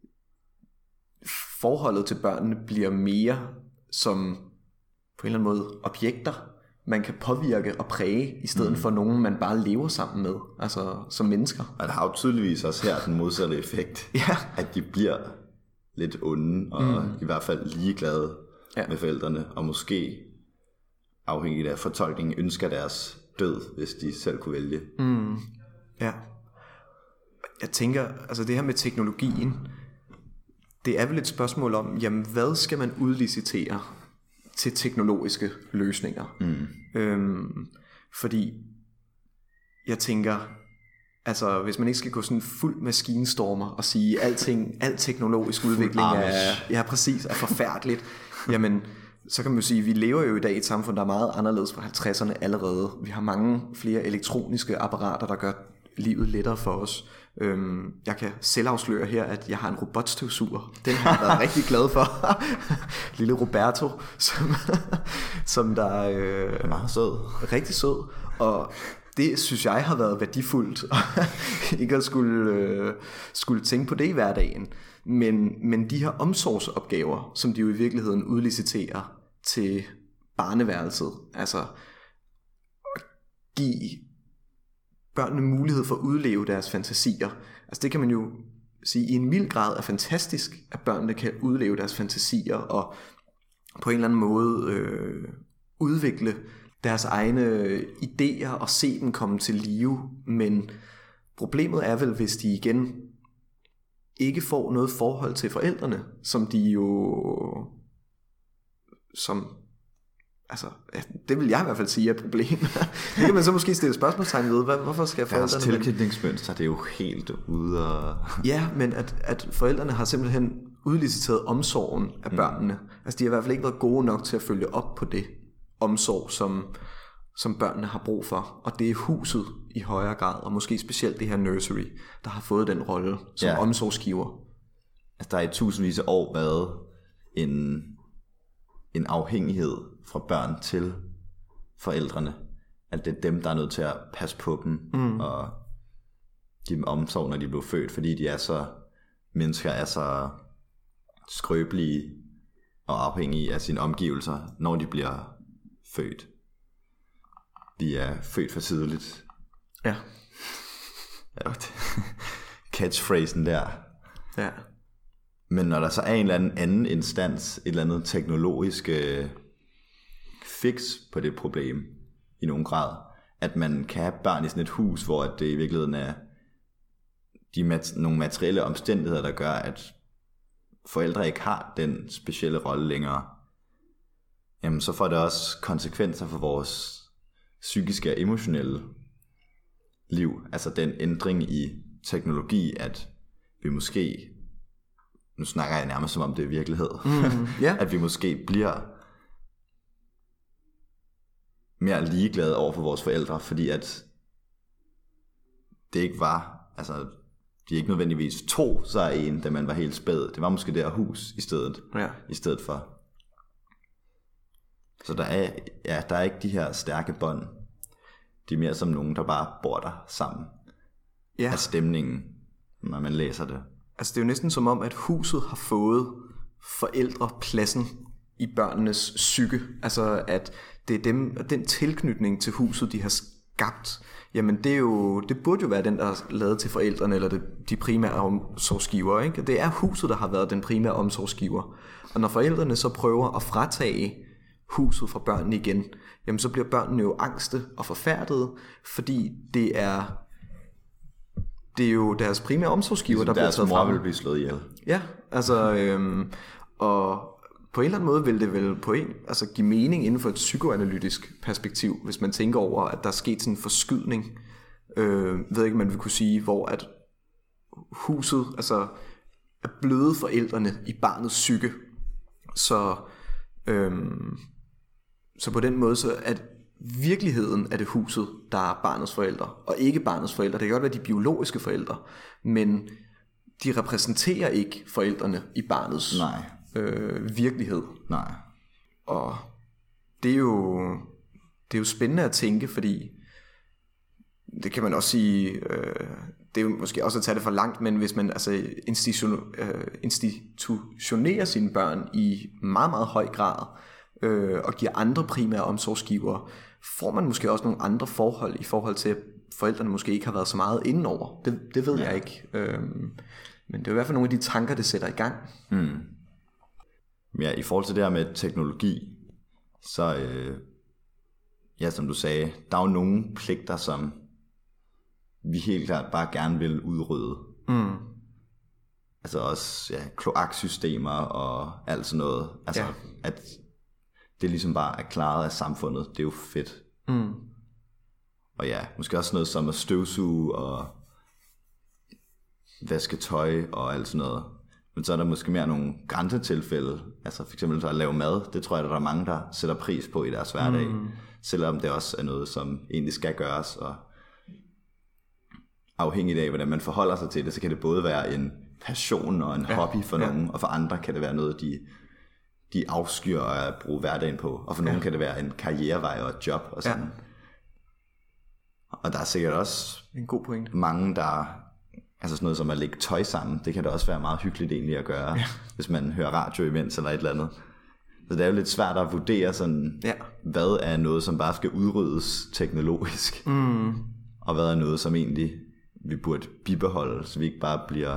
[SPEAKER 1] forholdet til børnene bliver mere som på en eller anden måde objekter, man kan påvirke og præge, i stedet mm. for nogen, man bare lever sammen med, altså som mennesker.
[SPEAKER 2] Og der har jo tydeligvis også her den modsatte effekt, ja. At de bliver lidt onde, og mm. i hvert fald ligeglade ja. Med forældrene, og måske afhængigt af fortolkningen ønsker deres død, hvis de selv kunne vælge.
[SPEAKER 1] Mm. Ja. Jeg tænker, altså det her med teknologien, det er vel et spørgsmål om, jamen hvad skal man udlicitere til teknologiske løsninger? Mm. Øhm, fordi jeg tænker, altså hvis man ikke skal gå sådan fuld maskinstormer og sige alting, al teknologisk udvikling er, ja præcis, er forfærdeligt, jamen så kan man jo sige, at vi lever jo i dag i et samfund, der er meget anderledes fra halvtredserne allerede. Vi har mange flere elektroniske apparater, der gør livet lettere for os. Øhm, jeg kan selv afsløre her, at jeg har en robotstøvsuger. Den har jeg været rigtig glad for. Lille Roberto, som, som der øh,
[SPEAKER 2] er meget sød.
[SPEAKER 1] Rigtig sød. Og det synes jeg har været værdifuldt. Ikke at skulle, øh, skulle tænke på det i hverdagen. Men, men de her omsorgsopgaver, som de jo i virkeligheden udliciterer til barneværelset, altså at give børnene mulighed for at udleve deres fantasier. Altså det kan man jo sige i en mild grad er fantastisk, at børnene kan udleve deres fantasier og på en eller anden måde øh, udvikle deres egne idéer og se dem komme til live. Men problemet er vel, hvis de igen ikke får noget forhold til forældrene, som de jo som altså, det vil jeg i hvert fald sige er et problem. Det kan man så måske stille spørgsmålstegn ved. Hvorfor skal forældrene...
[SPEAKER 2] Deres tilknytningsmønster, det er jo helt ude og...
[SPEAKER 1] Ja, men at, at forældrene har simpelthen udliciteret omsorgen af børnene. Mm. Altså, de har i hvert fald ikke været gode nok til at følge op på det. omsorg, som, som børnene har brug for. Og det er huset i højere grad, og måske specielt det her nursery, der har fået den rolle som ja. omsorgsgiver.
[SPEAKER 2] Altså, der er i tusindvis af år været en, en afhængighed fra børn til forældrene. At det er dem, der er nødt til at passe på dem mm. og give dem omsorg, når de blev født, fordi de er så, mennesker er så skrøbelige og afhængige af sine omgivelser, når de bliver født. De er født for tidligt.
[SPEAKER 1] Ja.
[SPEAKER 2] Ja, catchphrasen der.
[SPEAKER 1] Ja.
[SPEAKER 2] Men når der så er en eller anden anden instans, et eller andet teknologisk øh, fix på det problem, i nogen grad, at man kan have børn i sådan et hus, hvor det i virkeligheden er de mat- nogle materielle omstændigheder, der gør, at forældre ikke har den specielle rolle længere, jamen så får det også konsekvenser for vores psykiske og emotionelle liv. Altså den ændring i teknologi, at vi måske, nu snakker jeg nærmest som om det er virkelighed, mm, yeah. at vi måske bliver mere ligeglade over for vores forældre, fordi at det ikke var, altså de ikke nødvendigvis tog sig en, da man var helt spæd. Det var måske der hus i stedet,
[SPEAKER 1] ja. i
[SPEAKER 2] stedet for. Så der er, ja, der er ikke de her stærke bånd. De er mere som nogen, der bare bor der sammen. Ja. Af stemningen, når man læser det.
[SPEAKER 1] Altså det er jo næsten som om, at huset har fået forældrepladsen i børnenes psyke. Altså at det er dem, den tilknytning til huset, de har skabt. Jamen det er jo, det burde jo være den, der er lavet til forældrene, eller det, de primære omsorgsgiver, ikke? Det er huset, der har været den primære omsorgsgiver. Og når forældrene så prøver at fratage huset fra børnene igen, jamen så bliver børnene jo angste og forfærdede, fordi det er det er jo deres primære omsorgsgiver, ligesom der bliver taget fra.
[SPEAKER 2] Deres mor vil blive slået ihjel.
[SPEAKER 1] Ja, altså øhm, og på en eller anden måde vil det vel på en, altså give mening inden for et psykoanalytisk perspektiv, hvis man tænker over, at der er sket sådan en forskydning, øh, ved ikke, man vil kunne sige, hvor at huset altså er bløde forældrene i barnets psyke, så øhm, så på den måde så at virkeligheden er det huset, der er barnets forældre, og ikke barnets forældre. Det kan godt være de biologiske forældre, men de repræsenterer ikke forældrene i barnets
[SPEAKER 2] Nej.
[SPEAKER 1] Øh, virkelighed.
[SPEAKER 2] Nej.
[SPEAKER 1] Og det er jo det er jo spændende at tænke, fordi det kan man også sige, øh, det er jo måske også at tage det for langt, men hvis man altså institution, øh, institutionerer sine børn i meget meget høj grad øh, og giver andre primære omsorgsgivere, får man måske også nogle andre forhold i forhold til at forældrene måske ikke har været så meget indenover. Det, det ved ja. jeg ikke. Øh, men det er i hvert fald nogle af de tanker, det sætter i gang.
[SPEAKER 2] Mm. Ja, i forhold til det her med teknologi, så øh, ja, som du sagde, der er jo nogle pligter, som vi helt klart bare gerne vil udrydde.
[SPEAKER 1] Mm.
[SPEAKER 2] Altså også ja, kloaksystemer og alt sådan noget. Altså ja. At det ligesom bare er klaret af samfundet, det er jo fedt.
[SPEAKER 1] Mm.
[SPEAKER 2] Og ja, måske også noget som at støvsuge og vaske tøj og alt sådan noget. Men så er der måske mere nogle grænsetilfælde, altså for eksempel så at lave mad, det tror jeg, der er mange, der sætter pris på i deres hverdag, mm. selvom det også er noget, som egentlig skal gøres, og afhængigt af, hvordan man forholder sig til det, så kan det både være en passion og en ja. hobby for ja. nogen, og for andre kan det være noget, de, de afskyr at bruge hverdagen på, og for ja. nogen kan det være en karrierevej og et job og sådan. Ja. Og der er sikkert også
[SPEAKER 1] en god pointe.
[SPEAKER 2] Mange, der altså sådan noget som at lægge tøj sammen, det kan da også være meget hyggeligt egentlig at gøre, ja. hvis man hører radio imens eller et eller andet. Så det er jo lidt svært at vurdere sådan,
[SPEAKER 1] ja.
[SPEAKER 2] hvad er noget, som bare skal udryddes teknologisk,
[SPEAKER 1] mm.
[SPEAKER 2] og hvad er noget, som egentlig vi burde bibeholde, så vi ikke bare bliver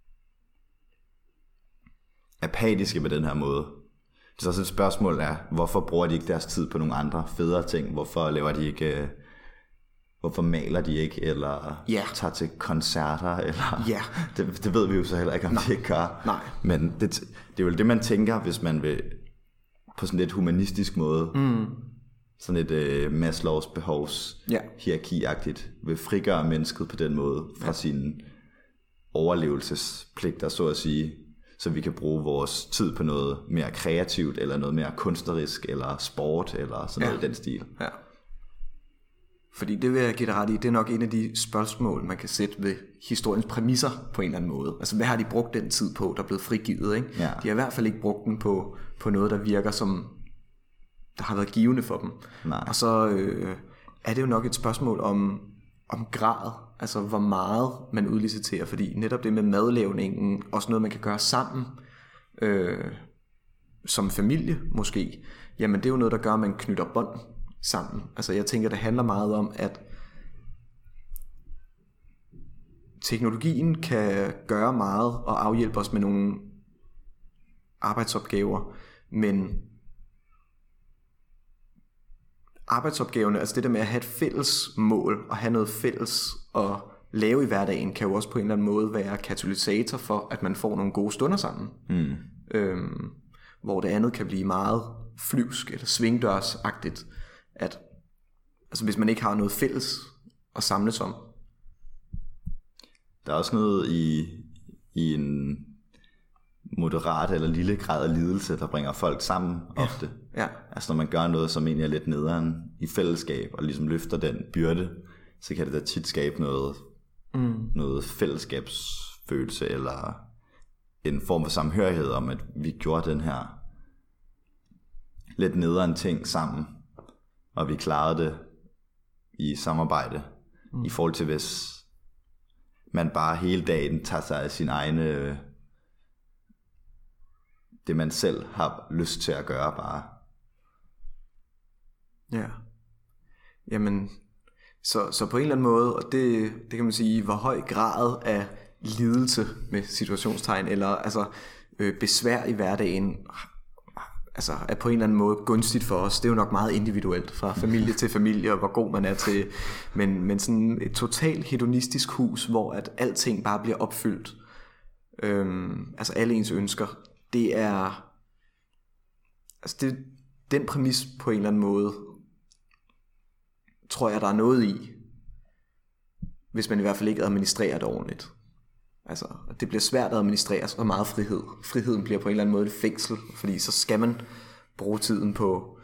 [SPEAKER 2] apatiske på den her måde. Det er så også et spørgsmål er, hvorfor bruger de ikke deres tid på nogle andre federe ting? Hvorfor laver de ikke... Hvorfor maler de ikke, eller
[SPEAKER 1] yeah.
[SPEAKER 2] tager til koncerter, eller
[SPEAKER 1] yeah.
[SPEAKER 2] det, det ved vi jo så heller ikke, om
[SPEAKER 1] Nej.
[SPEAKER 2] de ikke gør.
[SPEAKER 1] Nej.
[SPEAKER 2] Men det, det er jo det, man tænker, hvis man vil på sådan lidt humanistisk måde,
[SPEAKER 1] mm.
[SPEAKER 2] sådan et øh, Maslows behovs
[SPEAKER 1] yeah.
[SPEAKER 2] hierarki-agtigt, vil frigøre mennesket på den måde fra yeah. sine overlevelsespligter, så at sige, så vi kan bruge vores tid på noget mere kreativt, eller noget mere kunstnerisk, eller sport, eller sådan noget ja. i den stil.
[SPEAKER 1] Ja. Fordi det vil jeg give dig ret i, det er nok en af de spørgsmål, man kan sætte ved historiens præmisser på en eller anden måde. Altså hvad har de brugt den tid på, der er blevet frigivet, ikke?
[SPEAKER 2] Ja.
[SPEAKER 1] De har i hvert fald ikke brugt den på, på noget, der virker som, der har været givende for dem.
[SPEAKER 2] Nej.
[SPEAKER 1] Og så øh, er det jo nok et spørgsmål om, om grad, altså hvor meget man udliciterer, fordi netop det med madlavningen, også noget man kan gøre sammen, øh, som familie måske, jamen det er jo noget, der gør, at man knytter bånd sammen. Altså jeg tænker, det handler meget om, at teknologien kan gøre meget og afhjælpe os med nogle arbejdsopgaver, men arbejdsopgaverne, altså det der med at have et fælles mål og have noget fælles at lave i hverdagen, kan jo også på en eller anden måde være katalysator for, at man får nogle gode stunder sammen.
[SPEAKER 2] Mm.
[SPEAKER 1] Øhm, hvor det andet kan blive meget flyvsk eller svingdørsagtigt, at altså hvis man ikke har noget fælles at samles om.
[SPEAKER 2] Der er også noget i, i en moderat eller lille grad af lidelse, der bringer folk sammen
[SPEAKER 1] ja.
[SPEAKER 2] ofte.
[SPEAKER 1] Ja.
[SPEAKER 2] Altså når man gør noget, som egentlig er lidt nederen i fællesskab, og ligesom løfter den byrde, så kan det da tit skabe noget, mm. noget fællesskabsfølelse, eller en form for samhørighed om, at vi gjorde den her lidt nederen ting sammen, og vi klarede det i samarbejde, mm. i forhold til hvis man bare hele dagen tager sig af sin egne, det man selv har lyst til at gøre bare.
[SPEAKER 1] Ja. Jamen, så, så på en eller anden måde, og det, det kan man sige, hvor høj grad af lidelse med situationstegn, eller altså øh, besvær i hverdagen, altså er på en eller anden måde gunstigt for os. Det er jo nok meget individuelt fra familie til familie, og hvor god man er til, men, men sådan et totalt hedonistisk hus, hvor at alting bare bliver opfyldt, øhm, altså alle ens ønsker, det er altså det, den præmis på en eller anden måde, tror jeg der er noget i, hvis man i hvert fald ikke administrerer det ordentligt. Altså, det bliver svært at administrere så meget frihed. Friheden bliver på en eller anden måde et fængsel, fordi så skal man bruge tiden på,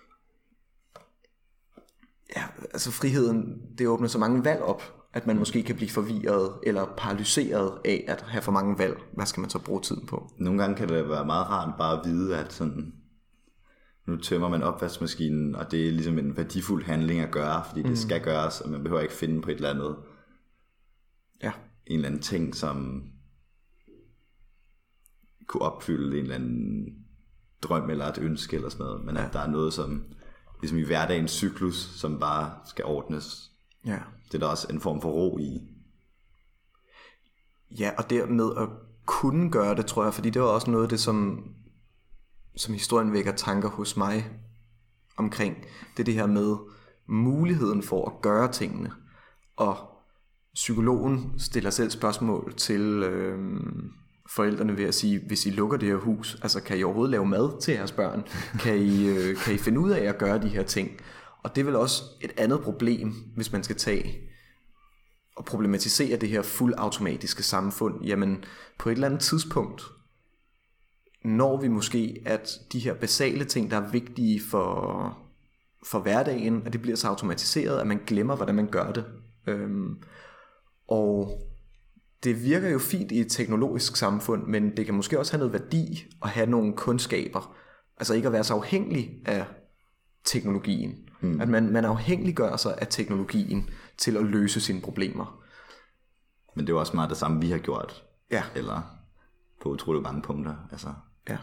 [SPEAKER 1] ja, altså friheden, det åbner så mange valg op, at man måske kan blive forvirret eller paralyseret af at have for mange valg. Hvad skal man så bruge tiden på?
[SPEAKER 2] Nogle gange kan det være meget rart bare at vide, at sådan, nu tømmer man opvaskemaskinen, og det er ligesom en værdifuld handling at gøre, fordi det mm. skal gøres, og man behøver ikke finde på et eller andet,
[SPEAKER 1] ja,
[SPEAKER 2] en eller anden ting, som kunne opfylde en eller anden drøm eller et ønske eller sådan noget, men ja. At der er noget som ligesom i hverdagens cyklus, som bare skal ordnes.
[SPEAKER 1] Ja.
[SPEAKER 2] Det er der også en form for ro i.
[SPEAKER 1] Ja, og dermed at kunne gøre det, tror jeg, fordi det var også noget af det, som, som historien vækker tanker hos mig omkring. Det er det her med muligheden for at gøre tingene. Og psykologen stiller selv spørgsmål til øh, forældrene ved at sige, hvis I lukker det her hus, altså kan I overhovedet lave mad til jeres børn? Kan I, øh, kan I finde ud af at gøre de her ting? Og det er vel også et andet problem, hvis man skal tage og problematisere det her fuldautomatiske samfund. Jamen på et eller andet tidspunkt når vi måske, at de her basale ting, der er vigtige for, for hverdagen, at det bliver så automatiseret, at man glemmer, hvordan man gør det. Øhm, og det virker jo fint i et teknologisk samfund, men det kan måske også have noget værdi at have nogle kundskaber. Altså ikke at være så afhængig af teknologien. Mm. At man, man afhængiggør sig af teknologien til at løse sine problemer.
[SPEAKER 2] Men det er jo også meget det samme, vi har gjort.
[SPEAKER 1] Ja.
[SPEAKER 2] Eller på utroligt mange punkter. Altså.
[SPEAKER 1] Ja.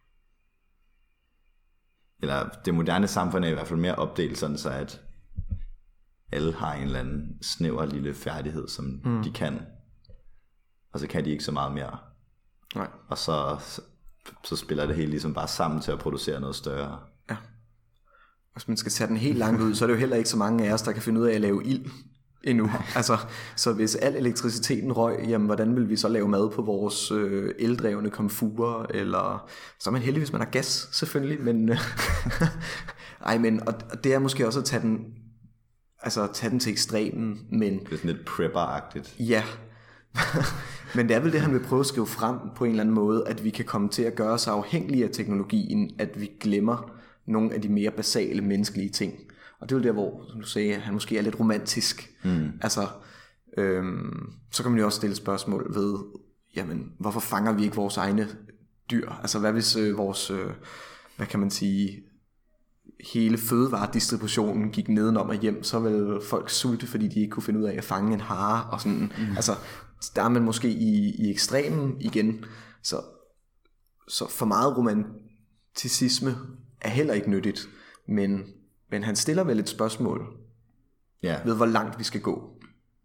[SPEAKER 2] Eller det moderne samfund er i hvert fald mere opdelt sådan, så at alle har en eller anden snæver lille færdighed, som mm. de kan. Og så kan de ikke så meget mere.
[SPEAKER 1] Nej.
[SPEAKER 2] Og så, så spiller det hele ligesom bare sammen til at producere noget større.
[SPEAKER 1] Ja. Og hvis man skal tage den helt langt ud, så er det jo heller ikke så mange af os, der kan finde ud af at lave ild endnu. Altså, så hvis al elektriciteten røg, jamen hvordan vil vi så lave mad på vores øh, eldrevne komfurer? Eller så er man heldig, hvis man har gas, selvfølgelig. Men, øh, ej, men og, og det er måske også at tage den, altså tage den til ekstremen, men
[SPEAKER 2] det er sådan lidt prepper-agtigt.
[SPEAKER 1] Ja, Men det er vel det, han vil prøve at skrive frem på en eller anden måde, at vi kan komme til at gøre os afhængige af teknologien, at vi glemmer nogle af de mere basale menneskelige ting. Og det er jo der, hvor, som du sagde, han måske er lidt romantisk. Mm. Altså, øhm, så kan man jo også stille spørgsmål ved, jamen, hvorfor fanger vi ikke vores egne dyr? Altså, hvad hvis øh, vores, øh, hvad kan man sige, hele fødevaredistributionen gik nedenom og hjem, så ville folk sulte, fordi de ikke kunne finde ud af at fange en hare og sådan. Mm. Altså, der er man måske i, i ekstremen igen. Så, så for meget romanticisme er heller ikke nyttigt, men, men han stiller vel et spørgsmål
[SPEAKER 2] ja.
[SPEAKER 1] ved, hvor langt vi skal gå.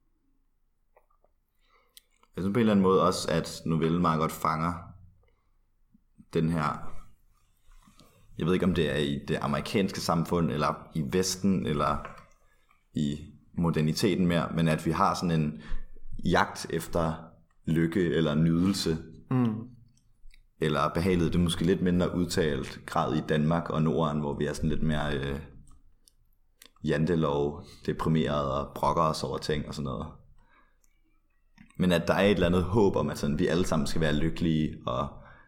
[SPEAKER 2] Jeg synes på en eller anden måde også, at novellen meget godt fanger den her, jeg ved ikke om det er i det amerikanske samfund, eller i Vesten, eller i moderniteten mere, men at vi har sådan en jagt efter lykke eller nydelse, mm. eller behagelighed. Det er måske lidt mindre udtalt grad i Danmark og Norden, hvor vi er sådan lidt mere øh, jantelov, deprimeret og brokker os over ting og sådan noget. Men at der er et eller andet håb om, at sådan, vi alle sammen skal være lykkelige og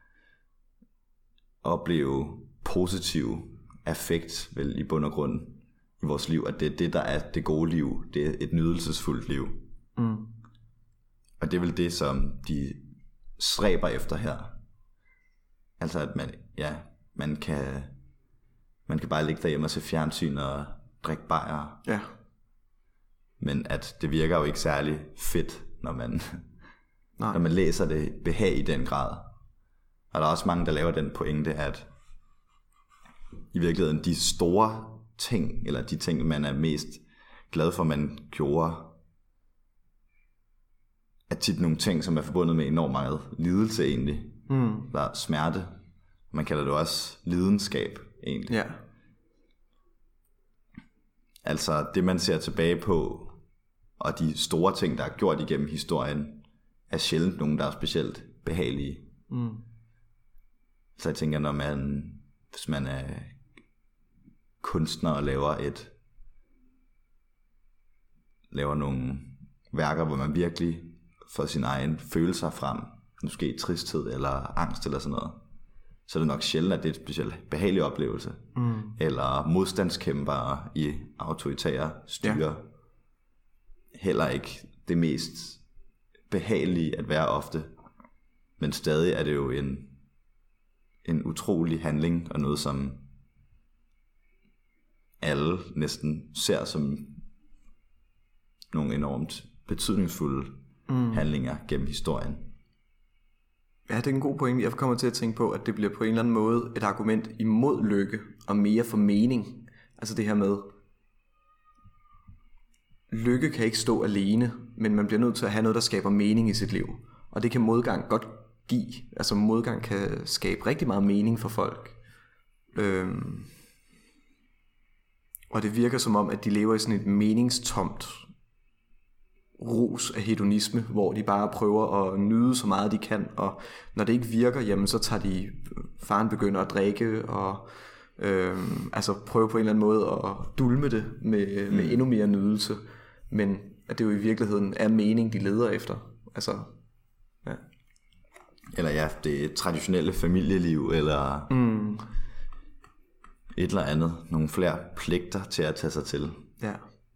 [SPEAKER 2] opleve positiv affekt vel i bund og grund i vores liv, at det er det, der er det gode liv. Det er et nydelsesfuldt liv. Mm. Og det er vel det, som de stræber efter her. Altså at man, ja, man kan man kan bare ligge derhjemme og se fjernsyn og drikke bajer.
[SPEAKER 1] Ja.
[SPEAKER 2] Men at det virker jo ikke særlig fedt, når man,
[SPEAKER 1] Nej.
[SPEAKER 2] når man læser det behag i den grad. Og der er også mange, der laver den pointe, at i virkeligheden de store ting, eller de ting, man er mest glad for, man gjorde, er tit nogle ting, som er forbundet med enormt meget lidelse egentlig. Mm. Der smerte. Man kalder det også lidenskab egentlig.
[SPEAKER 1] Ja.
[SPEAKER 2] Altså det, man ser tilbage på, og de store ting, der er gjort igennem historien, er sjældent nogen, der er specielt behagelige. Mm. Så jeg tænker, når man, hvis man er kunstner og laver et, laver nogle værker, hvor man virkelig får sine egne følelser frem, måske tristhed eller angst eller sådan noget, så er det nok sjældent, at det er et specielt behagelig oplevelse. Mm. Eller modstandskæmpere i autoritære styre. Ja. Heller ikke det mest behagelige at være ofte. Men stadig er det jo en, en utrolig handling, og noget som alle næsten ser som nogle enormt betydningsfulde mm. handlinger gennem historien.
[SPEAKER 1] Ja, det er en god pointe. Jeg kommer til at tænke på, at det bliver på en eller anden måde et argument imod lykke og mere for mening. Altså det her med, lykke kan ikke stå alene, men man bliver nødt til at have noget, der skaber mening i sit liv. Og det kan modgang godt give. Altså modgang kan skabe rigtig meget mening for folk. Øhm. Og det virker som om, at de lever i sådan et meningstomt rus af hedonisme, hvor de bare prøver at nyde så meget de kan, og når det ikke virker, jamen så tager de, faren begynder at drikke, og øhm, altså prøve på en eller anden måde at dulme det med, mm. med endnu mere nydelse, men at det jo i virkeligheden er mening, de leder efter. Altså, ja.
[SPEAKER 2] Eller ja, det traditionelle familieliv, eller mm. et eller andet, nogle flere pligter til at tage sig til.
[SPEAKER 1] Ja.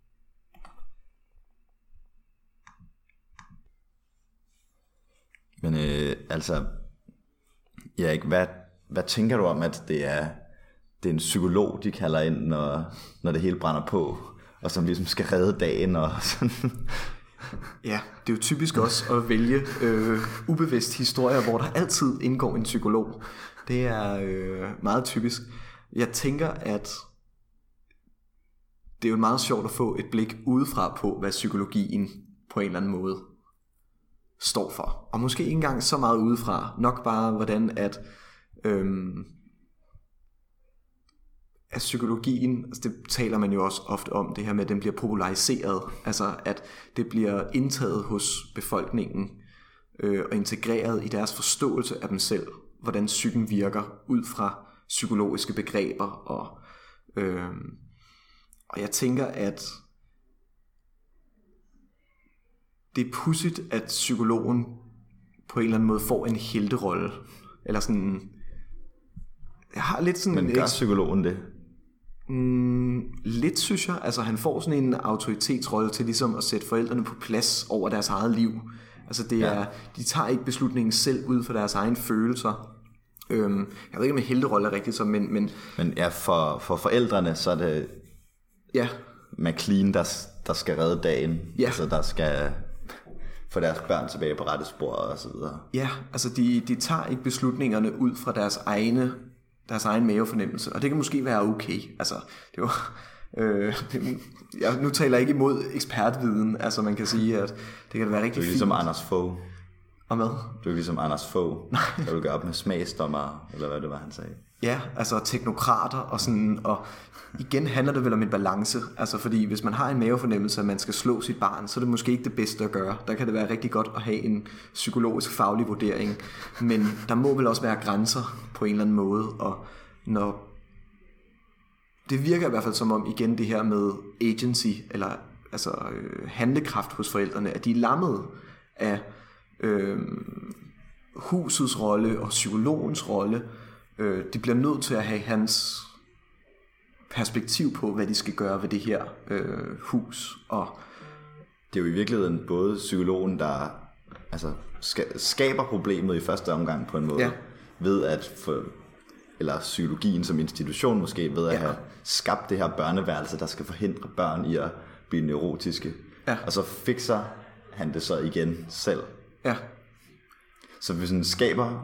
[SPEAKER 2] Men øh, altså, Erik, hvad, hvad tænker du om, at det er, det er en psykolog, de kalder ind, når, når det hele brænder på, og som ligesom skal redde dagen og sådan?
[SPEAKER 1] Ja, det er jo typisk også at vælge øh, ubevidst historier, hvor der altid indgår en psykolog. Det er øh, meget typisk. Jeg tænker, at det er jo meget sjovt at få et blik udefra på, hvad psykologien på en eller anden måde står for. Og måske ikke engang så meget udefra. Nok bare hvordan at øhm, at psykologien, altså det taler man jo også ofte om, det her med at den bliver populariseret. Altså at det bliver indtaget hos befolkningen øh, og integreret i deres forståelse af dem selv. Hvordan psyken virker ud fra psykologiske begreber. Og, øh, og jeg tænker at det er pudsigt, at psykologen på en eller anden måde får en helterolle. Eller sådan... Jeg har lidt sådan...
[SPEAKER 2] Men gør psykologen det?
[SPEAKER 1] Mm, lidt, synes jeg. Altså, han får sådan en autoritetsrolle til ligesom at sætte forældrene på plads over deres eget liv. Altså, det er, ja. De tager ikke beslutningen selv ud for deres egne følelser. Øhm, jeg ved ikke, om en helterolle er rigtigt så, men... Men,
[SPEAKER 2] men ja, for, for forældrene, så er det...
[SPEAKER 1] Ja.
[SPEAKER 2] McLean, der, der skal redde dagen.
[SPEAKER 1] Ja.
[SPEAKER 2] Altså, der skal få deres børn tilbage på rette spor og så videre.
[SPEAKER 1] Ja, altså, de, de tager ikke beslutningerne ud fra deres egne... deres egen mavefornemmelse, og det kan måske være okay. Altså, det var, øh, det, jeg, nu taler jeg ikke imod ekspertviden, altså man kan sige, at det kan være rigtig fint.
[SPEAKER 2] Du er ligesom fint. Anders Fogh.
[SPEAKER 1] Og hvad?
[SPEAKER 2] Du er ligesom Anders Fogh, der vil gøre op med smagsdommer, eller hvad det var, han sagde.
[SPEAKER 1] Ja, altså teknokrater og sådan, og igen handler det vel om en balance, altså fordi hvis man har en mavefornemmelse, at man skal slå sit barn, så er det måske ikke det bedste at gøre. Der kan det være rigtig godt at have en psykologisk faglig vurdering, men der må vel også være grænser på en eller anden måde, og når det virker i hvert fald som om igen det her med agency, eller altså øh, handlekraft hos forældrene, at de er lammet af øh, husets rolle og psykologens rolle. Øh, de bliver nødt til at have hans perspektiv på, hvad de skal gøre ved det her øh, hus. Og
[SPEAKER 2] det er jo i virkeligheden både psykologen, der altså, skaber problemet i første omgang på en måde, ja. Ved at få, eller psykologien som institution måske, ved at ja. Have skabt det her børneværelse, der skal forhindre børn i at blive neurotiske. Ja. Og så fikser han det så igen selv. Ja. Så hvis han skaber,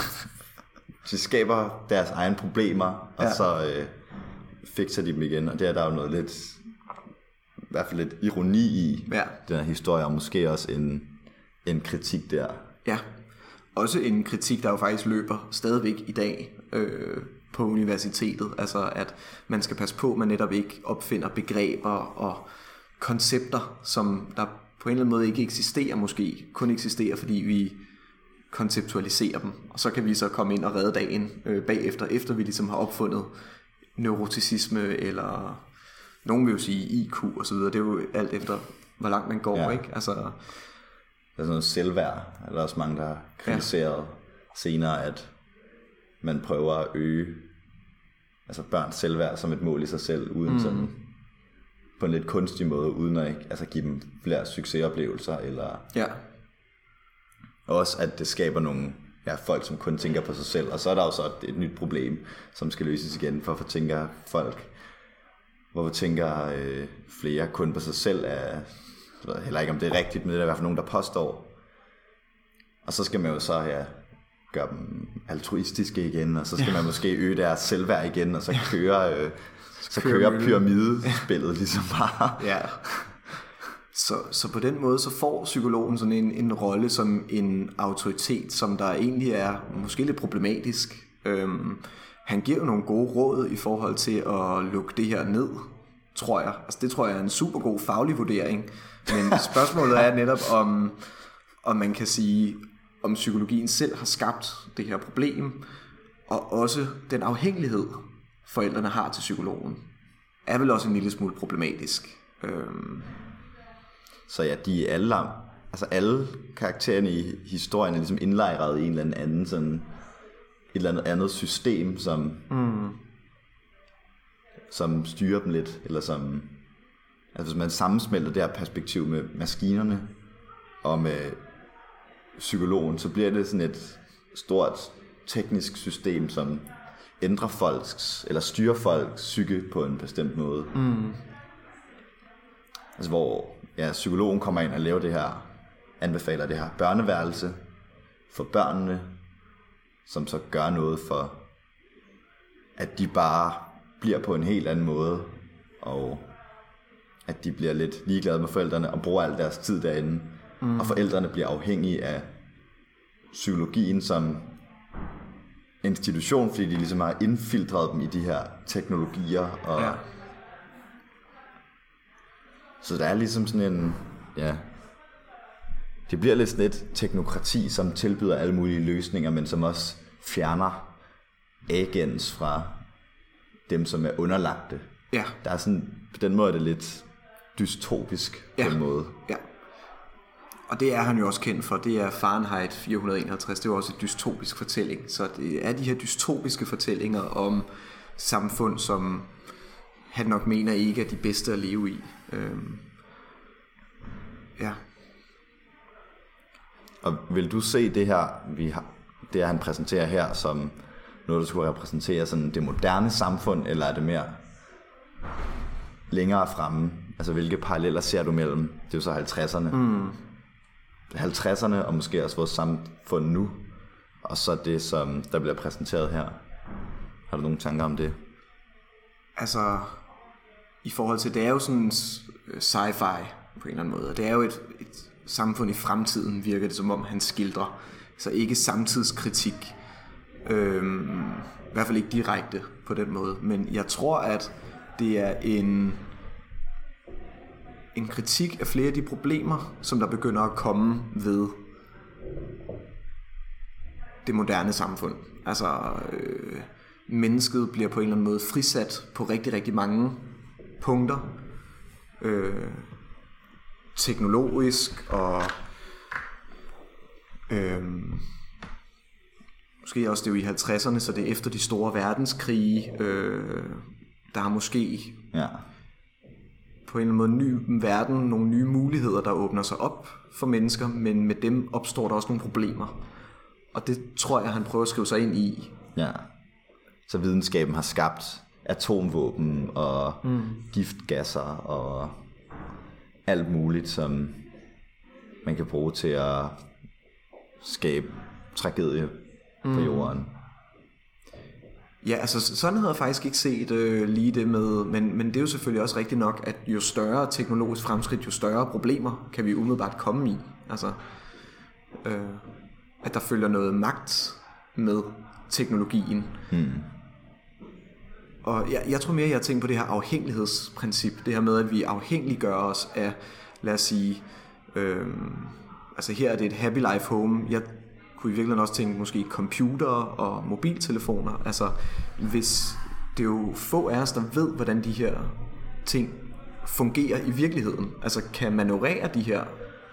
[SPEAKER 2] de skaber deres egne problemer, og ja. Så øh, fikser de dem igen, og det er der jo noget lidt, i hvert fald lidt ironi i, ja. Den her historie, og måske også en, en kritik der.
[SPEAKER 1] Ja, også en kritik, der jo faktisk løber stadigvæk i dag øh, på universitetet, altså at man skal passe på, at man netop ikke opfinder begreber og koncepter, som der på en eller anden måde ikke eksisterer måske, kun eksisterer, fordi vi konceptualiserer dem, og så kan vi så komme ind og redde dagen øh, bagefter, efter vi ligesom har opfundet neuroticisme, eller nogen vil jo sige I Q og så videre, det er jo alt efter, hvor langt man går, ja. Ikke? Altså,
[SPEAKER 2] der er sådan noget selvværd, eller også mange, der har kritiseret ja. Senere, at man prøver at øge altså børns selvværd som et mål i sig selv, uden mm. sådan, på en lidt kunstig måde, uden at altså, give dem flere succesoplevelser, eller
[SPEAKER 1] ja.
[SPEAKER 2] Også at det skaber nogle ja, folk, som kun tænker på sig selv, og så er der jo så et, et nyt problem, som skal løses igen, for at tænker folk, hvorfor tænker øh, flere kun på sig selv, er, jeg ved heller ikke om det er rigtigt, men det er i hvert fald nogen, der påstår, og så skal man jo så ja, gøre dem altruistiske igen, og så skal ja. Man måske øge deres selvværd igen, og så køre, øh, så kører pyramidespillet ligesom bare.
[SPEAKER 1] Ja. Så, så på den måde så får psykologen sådan en, en rolle som en autoritet, som der egentlig er måske lidt problematisk. Øhm, han giver jo nogle gode råd i forhold til at lukke det her ned, tror jeg. Altså det tror jeg er en super god faglig vurdering. Men spørgsmålet er netop om, om man kan sige, om psykologien selv har skabt det her problem, og også den afhængighed forældrene har til psykologen, er vel også en lille smule problematisk. Øhm,
[SPEAKER 2] Så ja, de er alle, altså alle karaktererne i historien er ligesom indlejret i en eller anden sådan et eller andet andet system, som mm. som styrer dem lidt, eller som altså hvis man sammensmelter det her perspektiv med maskinerne og med psykologen, så bliver det sådan et stort teknisk system, som ændrer folks eller styrer folks psyke på en bestemt måde. Mm. Altså hvor ja, psykologen kommer ind og laver det her, anbefaler det her børneværelse for børnene, som så gør noget for, at de bare bliver på en helt anden måde, og at de bliver lidt ligeglade med forældrene og bruger al deres tid derinde, mm. og forældrene bliver afhængige af psykologien som institution, fordi de ligesom har indfiltreret dem i de her teknologier, og ja. Så der er ligesom sådan en, ja, det bliver lidt sådan et teknokrati, som tilbyder alle mulige løsninger, men som også fjerner agens fra dem, som er underlagte.
[SPEAKER 1] Ja.
[SPEAKER 2] Der er sådan, på den måde er det lidt dystopisk
[SPEAKER 1] ja.
[SPEAKER 2] på en måde.
[SPEAKER 1] Ja. og det er han jo også kendt for, det er Fahrenheit fire hundrede enoghalvtreds, det er også et dystopisk fortælling, så det er de her dystopiske fortællinger om samfund, som han nok mener ikke er de bedste at leve i. Øhm, ja.
[SPEAKER 2] Og vil du se det her, vi har, det han præsenterer her, som noget, der skulle repræsentere sådan det moderne samfund, eller er det mere længere fremme? Altså, hvilke paralleller ser du mellem? Det er jo så halvtredserne. Mm. halvtredserne, og måske også vores samfund nu, og så det, som der bliver præsenteret her. Har du nogle tanker om det?
[SPEAKER 1] Altså, i forhold til, det er jo sådan sci-fi på en eller anden måde, og det er jo et, et samfund i fremtiden, virker det som om, han skildrer. Så ikke samtidskritik. Øhm, I hvert fald ikke direkte på den måde. Men jeg tror, at det er en, en kritik af flere af de problemer, som der begynder at komme ved det moderne samfund. Altså, øh, mennesket bliver på en eller anden måde frisat på rigtig, rigtig mange punkter. Øh, teknologisk og øhm, måske også det er jo i halvtredserne, så det er efter de store verdenskrige. Øh, der er måske
[SPEAKER 2] ja.
[SPEAKER 1] på en eller anden måde ny verden, nogle nye muligheder, der åbner sig op for mennesker, men med dem opstår der også nogle problemer. Og det tror jeg, han prøver at skrive sig ind i.
[SPEAKER 2] Ja. Så videnskaben har skabt atomvåben og mm. giftgasser og alt muligt, som man kan bruge til at skabe tragedie på mm. jorden.
[SPEAKER 1] Ja, altså sådan havde jeg faktisk ikke set øh, lige det med, men, men det er jo selvfølgelig også rigtigt nok, at jo større teknologisk fremskridt, jo større problemer kan vi umiddelbart komme i. Altså, øh, at der følger noget magt med teknologien. Mm. Og jeg, jeg tror mere, jeg tænker på det her afhængighedsprincip. Det her med, at vi afhængiggør os af, lad os sige, øh, altså her er det et happy life home. Jeg kunne i virkeligheden også tænke måske computer og mobiltelefoner. Altså hvis det er jo få af os, der ved, hvordan de her ting fungerer i virkeligheden. Altså kan manøvrere de her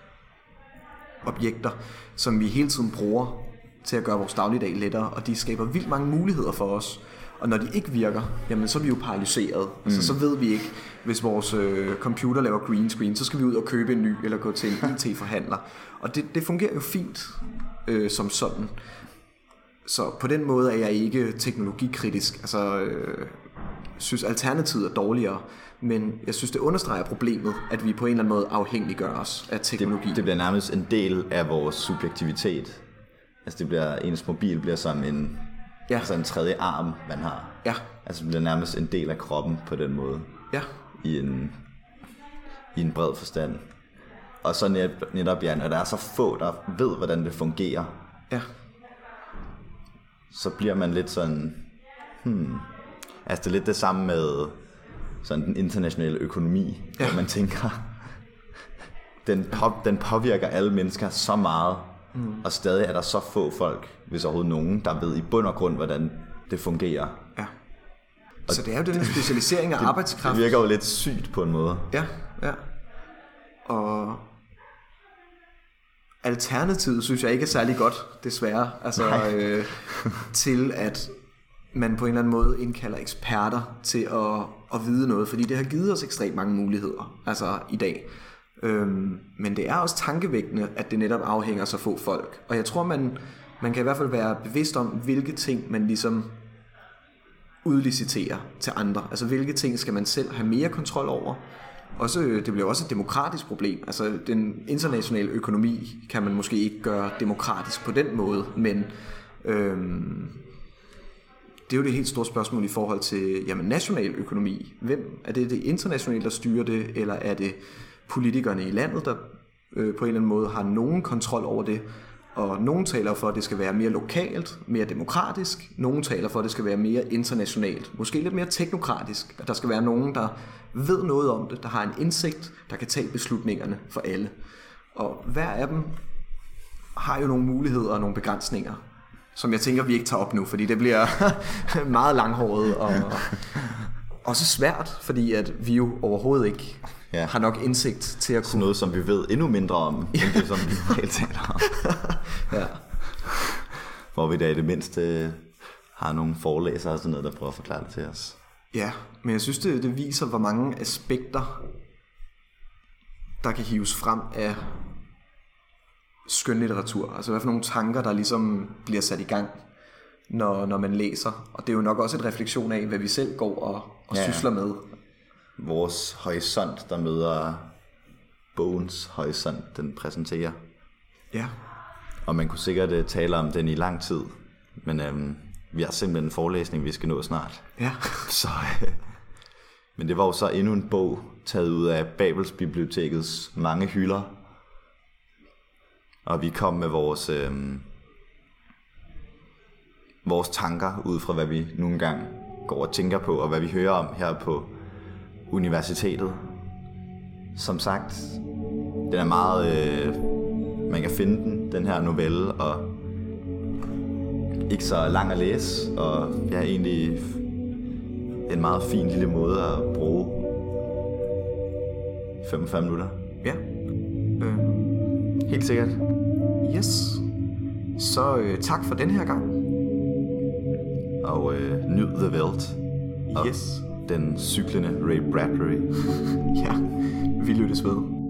[SPEAKER 1] objekter, som vi hele tiden bruger til at gøre vores dagligdag lettere, og de skaber vildt mange muligheder for os. Og når de ikke virker, jamen så er vi jo paralyseret. Mm. Altså så ved vi ikke, hvis vores øh, computer laver green screen, så skal vi ud og købe en ny, eller gå til en I T-forhandler. Og det, det fungerer jo fint øh, som sådan. Så på den måde er jeg ikke teknologikritisk. Altså, øh, synes alternativet er dårligere, men jeg synes det understreger problemet, at vi på en eller anden måde afhængiggør os af teknologi.
[SPEAKER 2] Det, det bliver nærmest en del af vores subjektivitet. Altså det bliver, ens mobil bliver som en, ja. altså en tredje arm, man har.
[SPEAKER 1] Ja.
[SPEAKER 2] Altså det bliver nærmest en del af kroppen på den måde.
[SPEAKER 1] Ja.
[SPEAKER 2] I en, i en bred forstand. Og så net, netop, ja, når der er så få, der ved, hvordan det fungerer,
[SPEAKER 1] ja.
[SPEAKER 2] så bliver man lidt sådan, hmm, altså det er lidt det samme med sådan den internationale økonomi, ja. hvor man tænker, den, på, den påvirker alle mennesker så meget, mm. og stadig er der så få folk, hvis overhovedet nogen, der ved i bund og grund, hvordan det fungerer.
[SPEAKER 1] Ja. Og så det er jo den specialisering af
[SPEAKER 2] det,
[SPEAKER 1] arbejdskraft.
[SPEAKER 2] Det virker jo lidt sygt på en måde.
[SPEAKER 1] Ja, ja. Og alternativet synes jeg ikke er særlig godt, desværre. Altså øh, til at man på en eller anden måde indkalder eksperter til at, at vide noget, fordi det har givet os ekstremt mange muligheder, altså i dag. Øhm, men det er også tankevækkende, at det netop afhænger så få folk. Og jeg tror, man, man kan i hvert fald være bevidst om, hvilke ting man ligesom udliciterer til andre. Altså hvilke ting skal man selv have mere kontrol over. Også, det bliver også et demokratisk problem. Altså den internationale økonomi kan man måske ikke gøre demokratisk på den måde, men øhm, det er jo det helt store spørgsmål i forhold til jamen, national økonomi. Hvem er det det internationale, der styrer det, eller er det politikerne i landet, der øh, på en eller anden måde har nogen kontrol over det? Og nogen taler for, at det skal være mere lokalt, mere demokratisk. Nogen taler for, at det skal være mere internationalt. Måske lidt mere teknokratisk. At der skal være nogen, der ved noget om det, der har en indsigt, der kan tage beslutningerne for alle. Og hver af dem har jo nogle muligheder og nogle begrænsninger, som jeg tænker, vi ikke tager op nu, fordi det bliver meget langhåret og, også svært, fordi at vi jo overhovedet ikke ja. har nok indsigt til at kunne...
[SPEAKER 2] Sådan noget, som vi ved endnu mindre om, end det, som vi normalt taler om.
[SPEAKER 1] Ja.
[SPEAKER 2] Hvor vi da i det mindste har nogle forelæsere og sådan noget, der prøver at forklare det til os.
[SPEAKER 1] Ja, men jeg synes, det, det viser, hvor mange aspekter, der kan hives frem af skønlitteratur. Altså hvad for nogle tanker, der ligesom bliver sat i gang, når, når man læser. Og det er jo nok også et refleksion af, hvad vi selv går og, og ja. sysler med.
[SPEAKER 2] Vores horisont, der møder bogens horisont, den præsenterer.
[SPEAKER 1] Ja.
[SPEAKER 2] Og man kunne sikkert uh, tale om den i lang tid, men um, vi har simpelthen en forelæsning, vi skal nå snart.
[SPEAKER 1] Ja.
[SPEAKER 2] Så, uh, men det var jo så endnu en bog, taget ud af Babelsbibliotekets mange hylder. Og vi kom med vores, uh, vores tanker ud fra, hvad vi nogle gange går og tænker på, og hvad vi hører om her på universitetet. Som sagt, den er meget... Uh, man kan finde den, den her novelle, og ikke så lang at læse, og jeg er egentlig en meget fin lille måde at bruge femogfyrre minutter.
[SPEAKER 1] Ja. Øh.
[SPEAKER 2] Helt sikkert.
[SPEAKER 1] Yes. Så øh, tak for den her gang.
[SPEAKER 2] Og øh, nyd The Veld.
[SPEAKER 1] Yes.
[SPEAKER 2] Den cyklende Ray Bradbury.
[SPEAKER 1] Ja, vi lyttes ved.